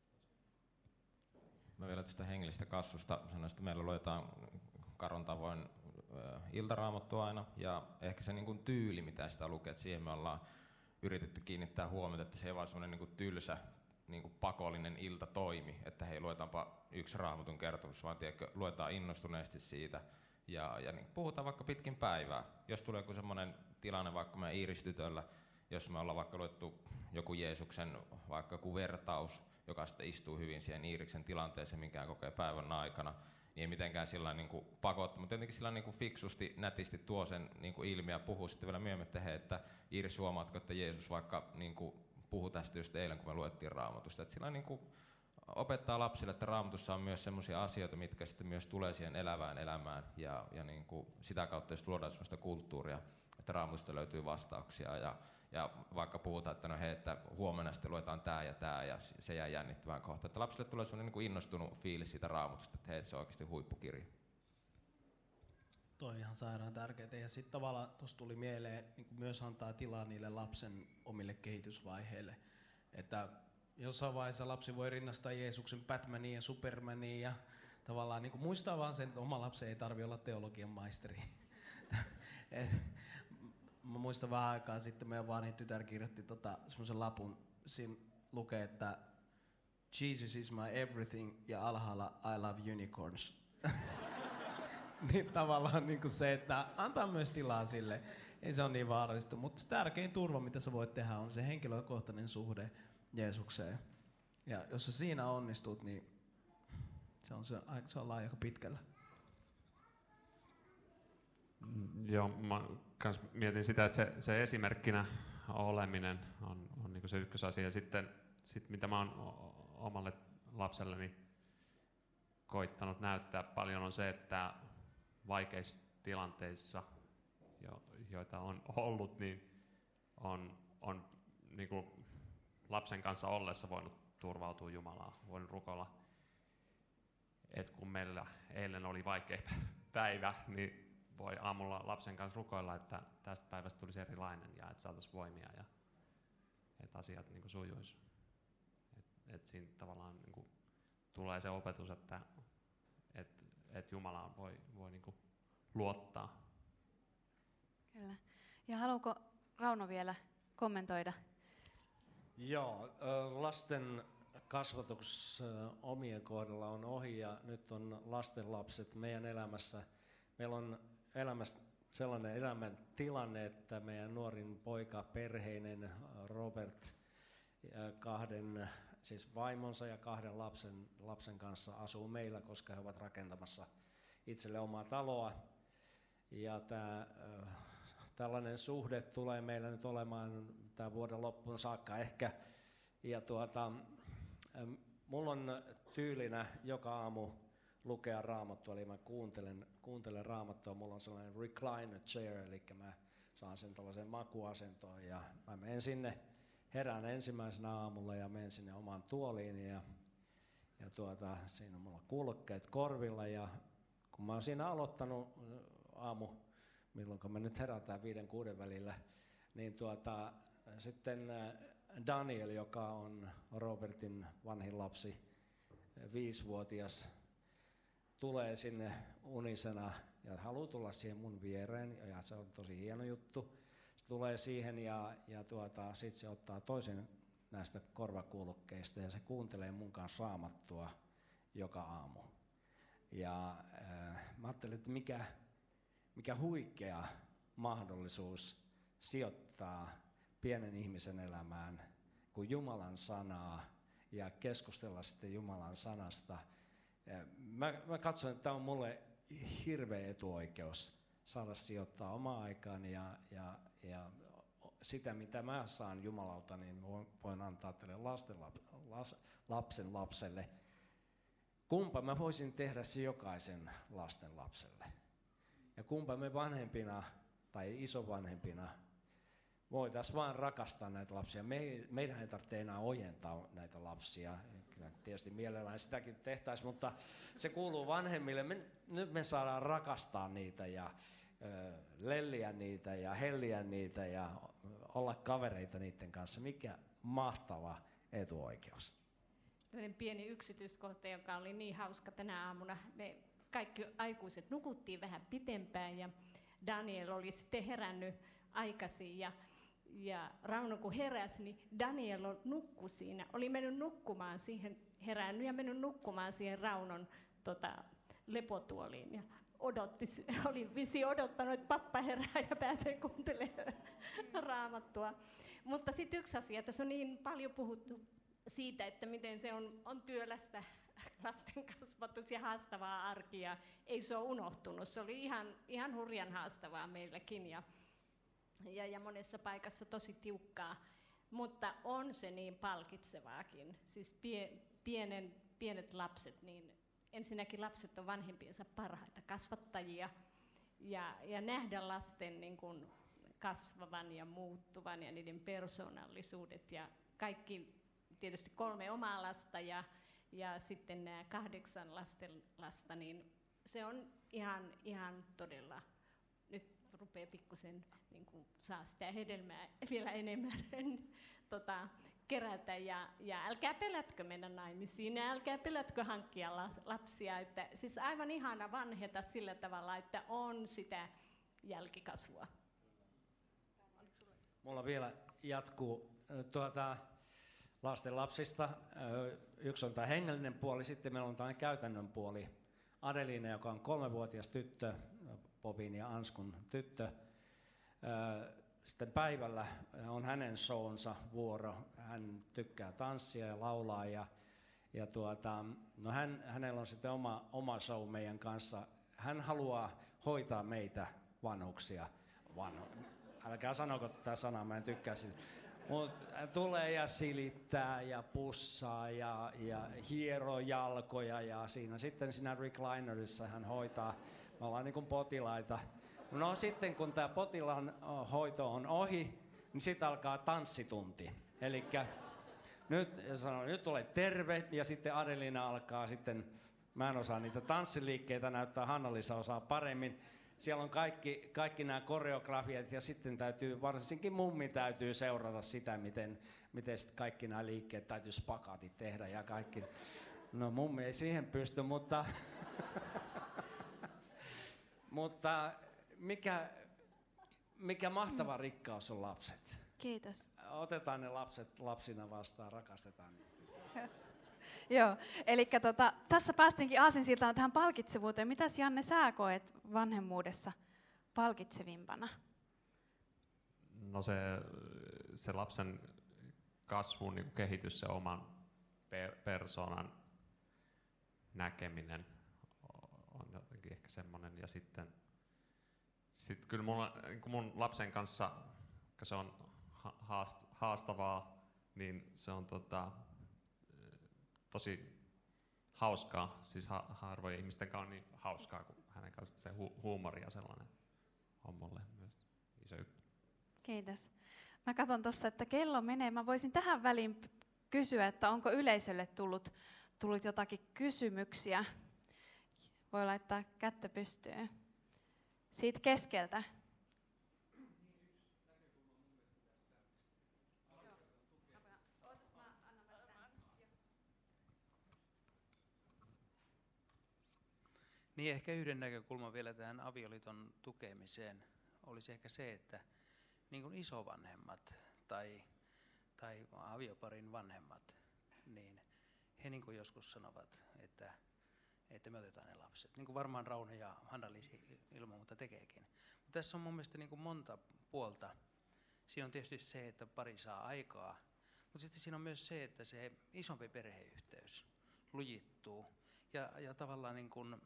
Mä vielä tästä hengellistä kasvusta sanoin, että meillä luetaan Karon tavoin äh, iltaraamattua aina, ja ehkä se niin kuin tyyli, mitä sitä lukee, että siihen me ollaan yritetty kiinnittää huomiota, että se ei vaan semmoinen niin kuin tylsä, niin kuin pakollinen iltatoimi, että hei, luetaanpa yksi Raamatun kertomus, vaan tiedätkö, luetaan innostuneesti siitä, ja, ja niin puhutaan vaikka pitkin päivää. Jos tulee joku semmoinen tilanne vaikka meidän Iiristytöllä, jos me ollaan vaikka luettu joku Jeesuksen vaikka joku vertaus, joka sitten istuu hyvin siihen Iiriksen tilanteeseen, minkä kokee päivän aikana, niin ei mitenkään sillä niin kuin pakottaa, mutta jotenkin sillä niin kuin fiksusti, nätisti tuo sen niin kuin ilmi ja puhuu sitten vielä myöhemmin, että, hei, että Iiris, huomaatko, että Jeesus vaikka niin kuin puhui tästä just eilen, kun me luettiin Raamatusta, että sillä niin kuin opettaa lapsille, että Raamatussa on myös sellaisia asioita, mitkä sitten myös tulee siihen elävään elämään ja, ja niin kuin sitä kautta just luodaan sellaista kulttuuria, että Raamatusta löytyy vastauksia ja, ja vaikka puhutaan, että no hei, että huomenna sitten luetaan tämä ja tämä ja se jää jännittävään kohtaan, että lapsille tulee sellainen niin kuin innostunut fiilis siitä Raamatusta, että hei, se on oikeasti huippukirja. toi on ihan sairaan tärkeää. Ja sitten tavallaan tuossa tuli mieleen niin myös antaa tilaa niille lapsen omille kehitysvaiheille. Että jossain vaiheessa lapsi voi rinnastaa Jeesuksen Batmaniin ja Supermaniin ja tavallaan niin muistaa vaan sen, että oma lapsi ei tarvitse olla teologian maisteri. Et, mä muistan vähän aikaa sitten, meidän vanhin tytär kirjoitti tota, semmoisen lapun, siinä lukee, että Jesus is my everything ja alhaalla I love unicorns. Niin tavallaan niin kuin se, että antaa myös tilaa sille, ei se ole niin vaarallista, mutta se tärkein turva, mitä sä voit tehdä, on se henkilökohtainen suhde Jeesukseen. Ja jos sä siinä onnistut, niin se on, se, se on aika pitkällä. Joo, mä kans mietin sitä, että se, se esimerkkinä oleminen on, on niin kuin se ykkösasia. Ja sitten sit mitä mä oon omalle lapselleni koittanut näyttää paljon on se, että vaikeissa tilanteissa, jo, joita on ollut, niin on, on niin kuin lapsen kanssa ollessa voinut turvautua Jumalaan, voinut rukoilla. Et kun meillä eilen oli vaikea päivä, niin voi aamulla lapsen kanssa rukoilla, että tästä päivästä tulisi erilainen ja että saataisiin voimia ja että asiat niin kuin sujuisi. Että et siinä tavallaan niin kuin tulee se opetus, että et, et Jumalaan voi, voi niin kuin luottaa. Kyllä. Ja haluatko Rauno vielä kommentoida? Joo, lasten kasvatus omien kohdalla on ohi ja nyt on lastenlapset meidän elämässä. Meillä on elämässä sellainen elämän tilanne, että meidän nuorin poika, perheinen Robert, kahden, siis vaimonsa ja kahden lapsen, lapsen kanssa asuu meillä, koska he ovat rakentamassa itselle omaa taloa. Ja tämä, tällainen suhde tulee meillä nyt olemaan tämän vuoden loppuun saakka ehkä. Ja tuota, mulla on tyylinä joka aamu lukea raamattua, eli mä kuuntelen, kuuntelen raamattua, mulla on sellainen recliner chair, eli mä saan sen tällaiseen makuasentoon ja mä menen sinne, herään ensimmäisenä aamulla ja menen sinne omaan tuoliin ja, ja tuota, siinä on mulla kuulokkeet korvilla ja kun mä oon siinä aloittanut aamu, milloin me nyt herätään viiden kuuden välillä, niin tuota, sitten Daniel, joka on Robertin vanhin lapsi, viisivuotias, tulee sinne unisena ja haluaa tulla siihen mun viereen ja se on tosi hieno juttu. Se tulee siihen ja, ja tuota, sitten se ottaa toisen näistä korvakuulokkeista ja se kuuntelee mun kanssa raamattua joka aamu. Ja äh, mä ajattelin, että mikä, mikä huikea mahdollisuus sijoittaa pienen ihmisen elämään kuin Jumalan sanaa ja keskustella sitten Jumalan sanasta. Mä, mä katson, että tämä on mulle hirveä etuoikeus saada sijoittaa omaa aikaani ja, ja, ja sitä, mitä mä saan Jumalalta, niin voin antaa tälle lasten, las, lapsen lapselle. Kumpa mä voisin tehdä se jokaisen lasten lapselle. Ja kumpa me vanhempina tai isovanhempina voitaisiin vaan rakastaa näitä lapsia. Me, meidän ei tarvitse enää ojentaa näitä lapsia. Kyllä tietysti mielellään sitäkin tehtäisiin, mutta se kuuluu vanhemmille. Me, nyt me saadaan rakastaa niitä ja ö, lelliä niitä ja helliä niitä ja olla kavereita niiden kanssa. Mikä mahtava etuoikeus. Tällainen pieni yksityiskohta, joka oli niin hauska tänä aamuna. Me kaikki aikuiset nukuttiin vähän pitempään ja Daniel oli sitten herännyt aikaisin ja Ja Rauno kun heräsi, niin Daniel nukkui siinä. Oli mennyt nukkumaan siihen, herännyt ja mennyt nukkumaan siihen Raunon tota, lepotuoliin. Ja odotti, oli visi odottanut, että pappa herää ja pääsee kuuntelemaan raamattua. Mutta sitten yksi asia, tässä on niin paljon puhuttu siitä, että miten se on, on työlästä lasten kasvatus ja haastavaa arkia. Ei se ole unohtunut, se oli ihan, ihan hurjan haastavaa meilläkin. Ja Ja, ja monessa paikassa tosi tiukkaa, mutta on se niin palkitsevaakin. Siis pie, pienen, pienet lapset, niin ensinnäkin lapset on vanhempiensa parhaita kasvattajia ja, ja nähdä lasten niin kuin kasvavan ja muuttuvan ja niiden persoonallisuudet ja kaikki, tietysti kolme omaa lasta ja, ja sitten nämä kahdeksan lasten lasta, niin se on ihan, ihan todella, nyt rupeaa pikkusen niin kuin saa sitä hedelmää vielä enemmän tota, kerätä ja, ja älkää pelätkö mennä naimisiin ja älkää pelätkö hankkia lapsia. Että, siis aivan ihana vanheta sillä tavalla, että on sitä jälkikasvua. Mulla vielä jatkuu tuota, lasten lapsista. Yksi on tämä hengellinen puoli, sitten meillä on tämä käytännön puoli. Adelina, joka on kolmevuotias tyttö, Bobin ja Anskun tyttö. Sitten päivällä on hänen shownsa vuoro. Hän tykkää tanssia ja laulaa. Ja, ja tuota, no hän, hänellä on sitten oma, oma show meidän kanssa. Hän haluaa hoitaa meitä vanhuksia. Vanhu. Älkää sanoko tätä sanaa, mä en tykkää siitä. Mutta tulee ja silittää ja pussaa ja, ja hieroo jalkoja ja siinä sitten siinä reclinerissa hän hoitaa. Me ollaan niin kuin potilaita. No sitten kun tämä potilaan hoito on ohi, niin sitten alkaa tanssitunti. Elikkä nyt, sanon, nyt ole terve ja sitten Adelina alkaa sitten, mä en osaa niitä tanssiliikkeitä näyttää, Hanna-Liisa osaa paremmin. Siellä on kaikki, kaikki nämä koreografiat ja sitten täytyy, varsinkin mummi täytyy seurata sitä, miten, miten sit kaikki nämä liikkeet täytyy spakaatit tehdä ja kaikki. No mummi ei siihen pysty, mutta, mutta mikä, mikä mahtava rikkaus on lapset. Kiitos. Otetaan ne lapset lapsina vastaan, rakastetaan niitä. Joo, eli tota, tässä päästinkin aasinsiltaan tähän palkitsevuuteen. Mitäs Janne sä koet vanhemmuudessa palkitsevimpana? No se, se lapsen kasvun niin kehitys, se oman per, persoonan näkeminen on jotenkin ehkä semmoinen. Ja sitten sit kyllä mulla, niin mun lapsen kanssa, kun se on haast, haastavaa, niin se on tota, tosi hauskaa, siis ha- harvojen ihmisten kanssa on niin hauskaa kuin hänen kanssa, se hu- huumori ja sellainen on mulle myös iso juttu. Kiitos. Mä katson tuossa, että kello menee. Mä voisin tähän väliin kysyä, että onko yleisölle tullut, tullut jotakin kysymyksiä. Voi laittaa kättä pystyyn. Siitä keskeltä. Niin ehkä yhden näkökulman vielä tähän avioliiton tukemiseen olisi ehkä se, että niin kuin isovanhemmat tai, tai avioparin vanhemmat, niin he niin kuin joskus sanovat, että, että me otetaan ne lapset. Niin kuin varmaan Rauno ja Hanna-Liisi ilman muuta tekeekin. Mutta tässä on mun mielestä niin kuin monta puolta. Siinä on tietysti se, että pari saa aikaa, mutta sitten siinä on myös se, että se isompi perheyhteys lujittuu ja, ja tavallaan niin kuin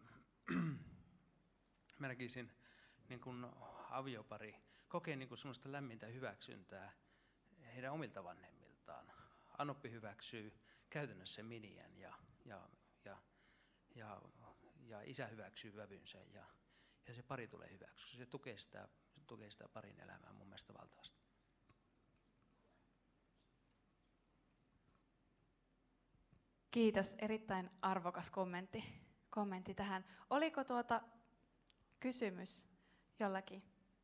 mä näkisin niin kuin aviopari kokee niin kuin semmoista lämmintä hyväksyntää heidän omilta vanhemmiltaan. Anoppi hyväksyy käytännössä miniän ja, ja, ja, ja, ja isä hyväksyy vävynsä ja, ja se pari tulee hyväksyä. Se tukee sitä, se tukee sitä parin elämää mun mielestä valtavasti. Kiitos, erittäin arvokas kommentti. kommentti tähän. Oliko tuota kysymys jollakin?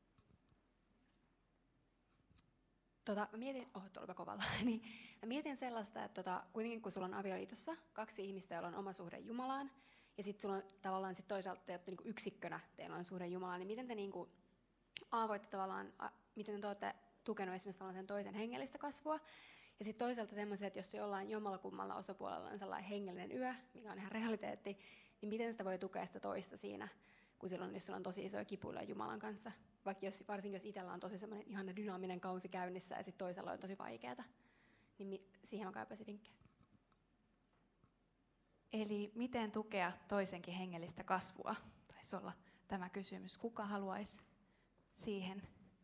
Tota, mä mietin, oh, tuolla kovalla, niin mä mietin sellaista, että tota, kuitenkin kun sulla on avioliitossa kaksi ihmistä, joilla on oma suhde Jumalaan, ja sitten sulla on tavallaan sit toisaalta te olette niinku yksikkönä, teillä on suhde Jumalaan, niin miten te niinku aavoitte tavallaan, a, miten te olette tukenut esimerkiksi sen toisen hengellistä kasvua, ja sitten toisaalta semmoisia, että jos jollain jommallakummalla osapuolella on sellainen hengellinen yö, mikä on ihan realiteetti, niin miten sitä voi tukea sitä toista siinä, kun silloin, jos sulla on tosi isoja kipuiluja Jumalan kanssa. Vaikka jos, varsinkin jos itsellä on tosi semmoinen ihana dynaaminen kausi käynnissä ja sitten toisella on tosi vaikeaa, niin mi- siihen mä kaipaisin vinkkejä. Eli miten tukea toisenkin hengellistä kasvua? Taisi olla tämä kysymys. Kuka haluaisi siihen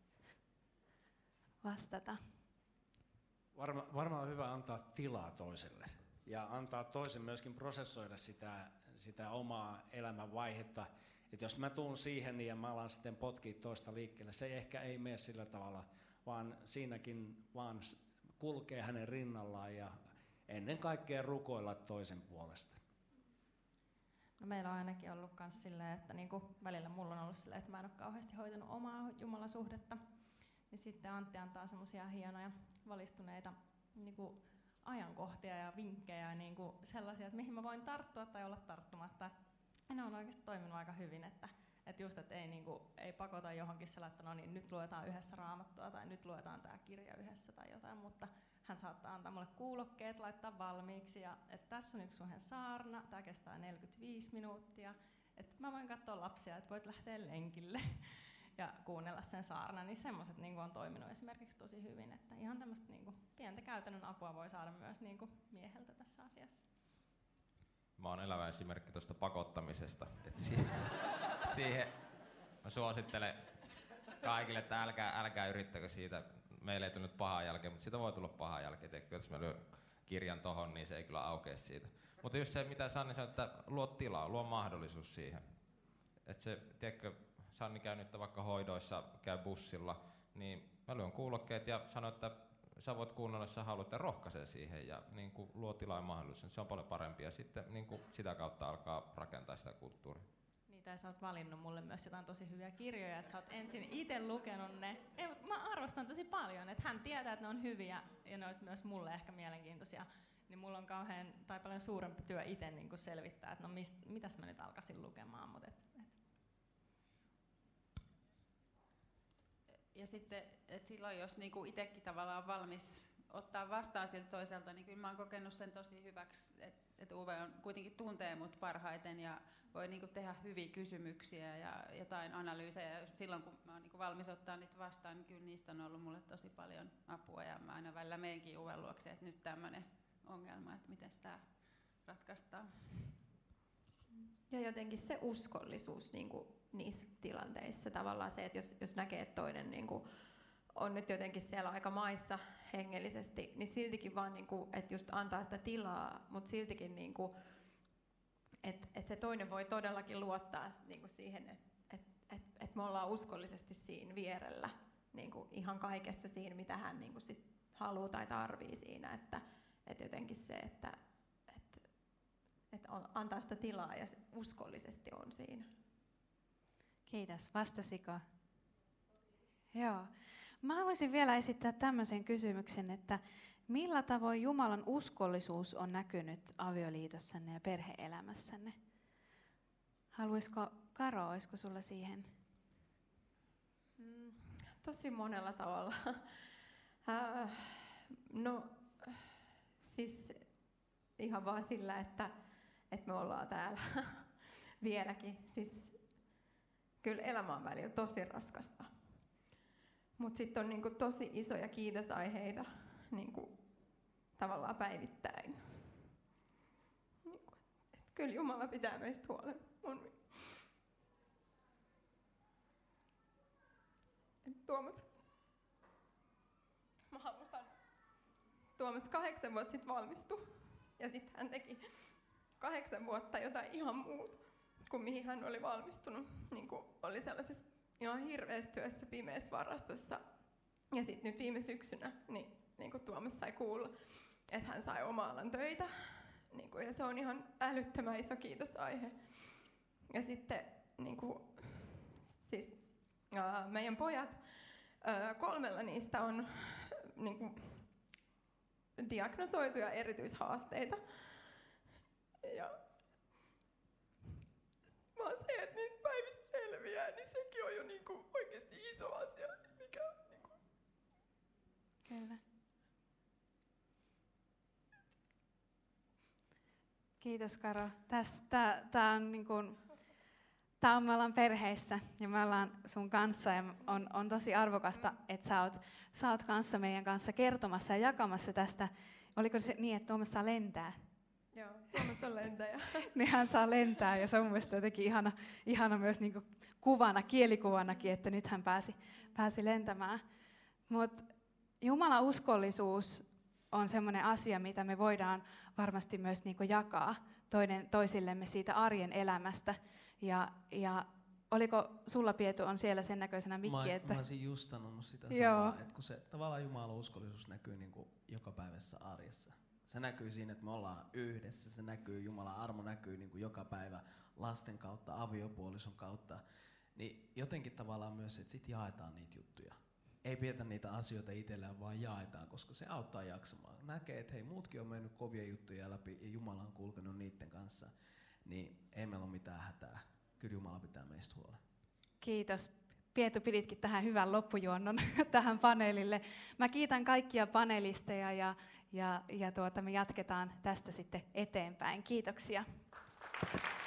vastata? Varma, varmaan on hyvä antaa tilaa toiselle ja antaa toisen myöskin prosessoida sitä, sitä omaa elämänvaihetta. Että jos mä tuun siihen ja mä alan sitten potkia toista liikkeelle, se ehkä ei mene sillä tavalla, vaan siinäkin vaan kulkee hänen rinnallaan ja ennen kaikkea rukoilla toisen puolesta. No meillä on ainakin ollut myös silleen, että niinku välillä mulla on ollut silleen, että mä en ole kauheasti hoitanut omaa jumalasuhdetta. Niin sitten Antti antaa semmoisia hienoja valistuneita niinku ajankohtia ja vinkkejä ja niinku sellaisia, että mihin mä voin tarttua tai olla tarttumatta. Ja ne on oikeasti toiminut aika hyvin, että et just, että ei, niinku, ei pakota johonkin sellainen, että no niin, nyt luetaan yhdessä Raamattua tai nyt luetaan tämä kirja yhdessä tai jotain, mutta hän saattaa antaa mulle kuulokkeet, laittaa valmiiksi ja että tässä on yksi suhen saarna, tämä kestää neljäkymmentäviisi minuuttia, että mä voin katsoa lapsia, että voit lähteä lenkille ja kuunnella sen saarnan, niin semmoiset niinku on toiminut esimerkiksi tosi hyvin, että ihan tämmöistä niinku pientä käytännön apua voi saada myös niinku mieheltä tässä asiassa. Mä oon elävä esimerkki tuosta pakottamisesta, että siihen, siihen mä suosittelen kaikille, että älkää, älkää yrittäkö siitä. Meille ei tullut pahaa jälkeen, mutta siitä voi tulla pahaa jälkeen. Että jos mä lyön kirjan tohon, niin se ei kyllä aukea siitä. Mutta just se, mitä Sanni sanoi, että luo tilaa, luo mahdollisuus siihen. Että se, tiedätkö, Sanni käy nyt vaikka hoidoissa, käy bussilla, niin mä lyön kuulokkeet ja sanon, että sä voit kuunnella, jos sä haluat, ja rohkaisee siihen ja niin kuin, luo tilaa ja mahdollisuus. Se on paljon parempi ja sitten niin kuin, sitä kautta alkaa rakentaa sitä kulttuuria. Niitä ja sä oot valinnut mulle myös jotain tosi hyviä kirjoja, että sä oot ensin itse lukenut ne. Ei, mutta mä arvostan tosi paljon, että hän tietää, että ne on hyviä ja ne olisi myös mulle ehkä mielenkiintoisia. Niin mulla on kauhean tai paljon suurempi työ itse niin kuin selvittää, että no mist, mitäs mä nyt alkaisin lukemaan. Mut et, et. Ja sitten, että silloin jos niinku itsekin tavallaan on valmis ottaa vastaan siltä toiselta, niin kyllä mä oon kokenut sen tosi hyväksi, että et Uwe on, kuitenkin tuntee mut parhaiten ja voi niinku tehdä hyviä kysymyksiä ja jotain analyysejä. Silloin kun mä oon niinku valmis ottaa niitä vastaan, niin kyllä niistä on ollut mulle tosi paljon apua ja mä aina välillä meenkin Uven luokse, että nyt tämmöinen ongelma, että miten sitä ratkaistaan. Ja jotenkin se uskollisuus niin kuin niissä tilanteissa, tavallaan se, että jos, jos näkee, että toinen niin kuin on nyt jotenkin siellä aika maissa hengellisesti, niin siltikin vaan, niin kuin, että just antaa sitä tilaa, mutta siltikin, niin kuin, että, että se toinen voi todellakin luottaa niin kuin siihen, että, että, että, että me ollaan uskollisesti siinä vierellä niin kuin ihan kaikessa siinä, mitä hän niin kuin sit haluaa tai tarvii siinä, että, että jotenkin se, että, että, että on, antaa sitä tilaa ja uskollisesti on siinä. Kiitos. Vastasiko? Joo. Mä haluaisin vielä esittää tämmöisen kysymyksen, että millä tavoin Jumalan uskollisuus on näkynyt avioliitossanne ja perhe-elämässänne? Haluaisiko, Karo, olisiko sulla siihen? Mm, tosi monella tavalla. äh, no, siis ihan vaan sillä, että, että me ollaan täällä vieläkin. Siis kyllä elämä on välillä tosi raskasta. Mutta sitten on niinku tosi isoja kiitosaiheita niinku tavallaan päivittäin. Niinku, et kyllä Jumala pitää meistä huolen. On. Et Tuomas, mä haluan sanoa, Tuomas kahdeksan vuotta sitten valmistui ja sitten hän teki kahdeksan vuotta jotain ihan muuta kuin mihin hän oli valmistunut. Niinku oli sellaisessa ihan hirveässä työssä pimeässä varastossa. Ja sitten nyt viime syksynä niin, niin kuin Tuomas sai kuulla, että hän sai oma-alan töitä. Niin kuin, ja se on ihan älyttömän iso kiitosaihe. Ja sitten niin kuin, siis, ää, meidän pojat, ää, kolmella niistä on niin kuin, diagnosoituja erityishaasteita. Ja vaan se, että niistä päivistä selviää, niin sekin on jo niinku oikeasti iso asia. Mikä, niinku. Kyllä. Kiitos, Karo. Tämä on, niinku, tää on, me ollaan perheessä ja me ollaan sun kanssa ja on, on tosi arvokasta, että sä oot, sä oot kanssa meidän kanssa kertomassa ja jakamassa tästä. Oliko se niin, että Tuomas saa lentää? Joo, Tuomas on lentäjä. Niin hän saa lentää ja se on mielestäni jotenkin ihana, ihana myös niinku kuvana, kielikuvanakin, että nyt hän pääsi, pääsi lentämään. Mutta Jumalan uskollisuus on semmoinen asia, mitä me voidaan varmasti myös niinku jakaa toinen, toisillemme siitä arjen elämästä. Ja, ja oliko sulla, Pietu, on siellä sen näköisenä mikki? Mä, että... mä olisin just sanonut sitä samaa, että kun se tavallaan Jumalan uskollisuus näkyy niinku jokapäiväisessä arjessa. Se näkyy siinä, että me ollaan yhdessä. Se näkyy, Jumalan armo näkyy niin kuin joka päivä lasten kautta, aviopuolison kautta. Niin jotenkin tavallaan myös, että sit jaetaan niitä juttuja. Ei pidetä niitä asioita itsellään, vaan jaetaan, koska se auttaa jaksamaan. Näkee, että hei, muutkin on mennyt kovia juttuja läpi ja Jumala on kulkenut niiden kanssa. Niin ei meillä ole mitään hätää. Kyllä Jumala pitää meistä huolen. Kiitos. Pietu, piditkin tähän hyvän loppujuonnon tähän paneelille. Mä kiitän kaikkia panelisteja ja, ja, ja tuota, me jatketaan tästä sitten eteenpäin. Kiitoksia.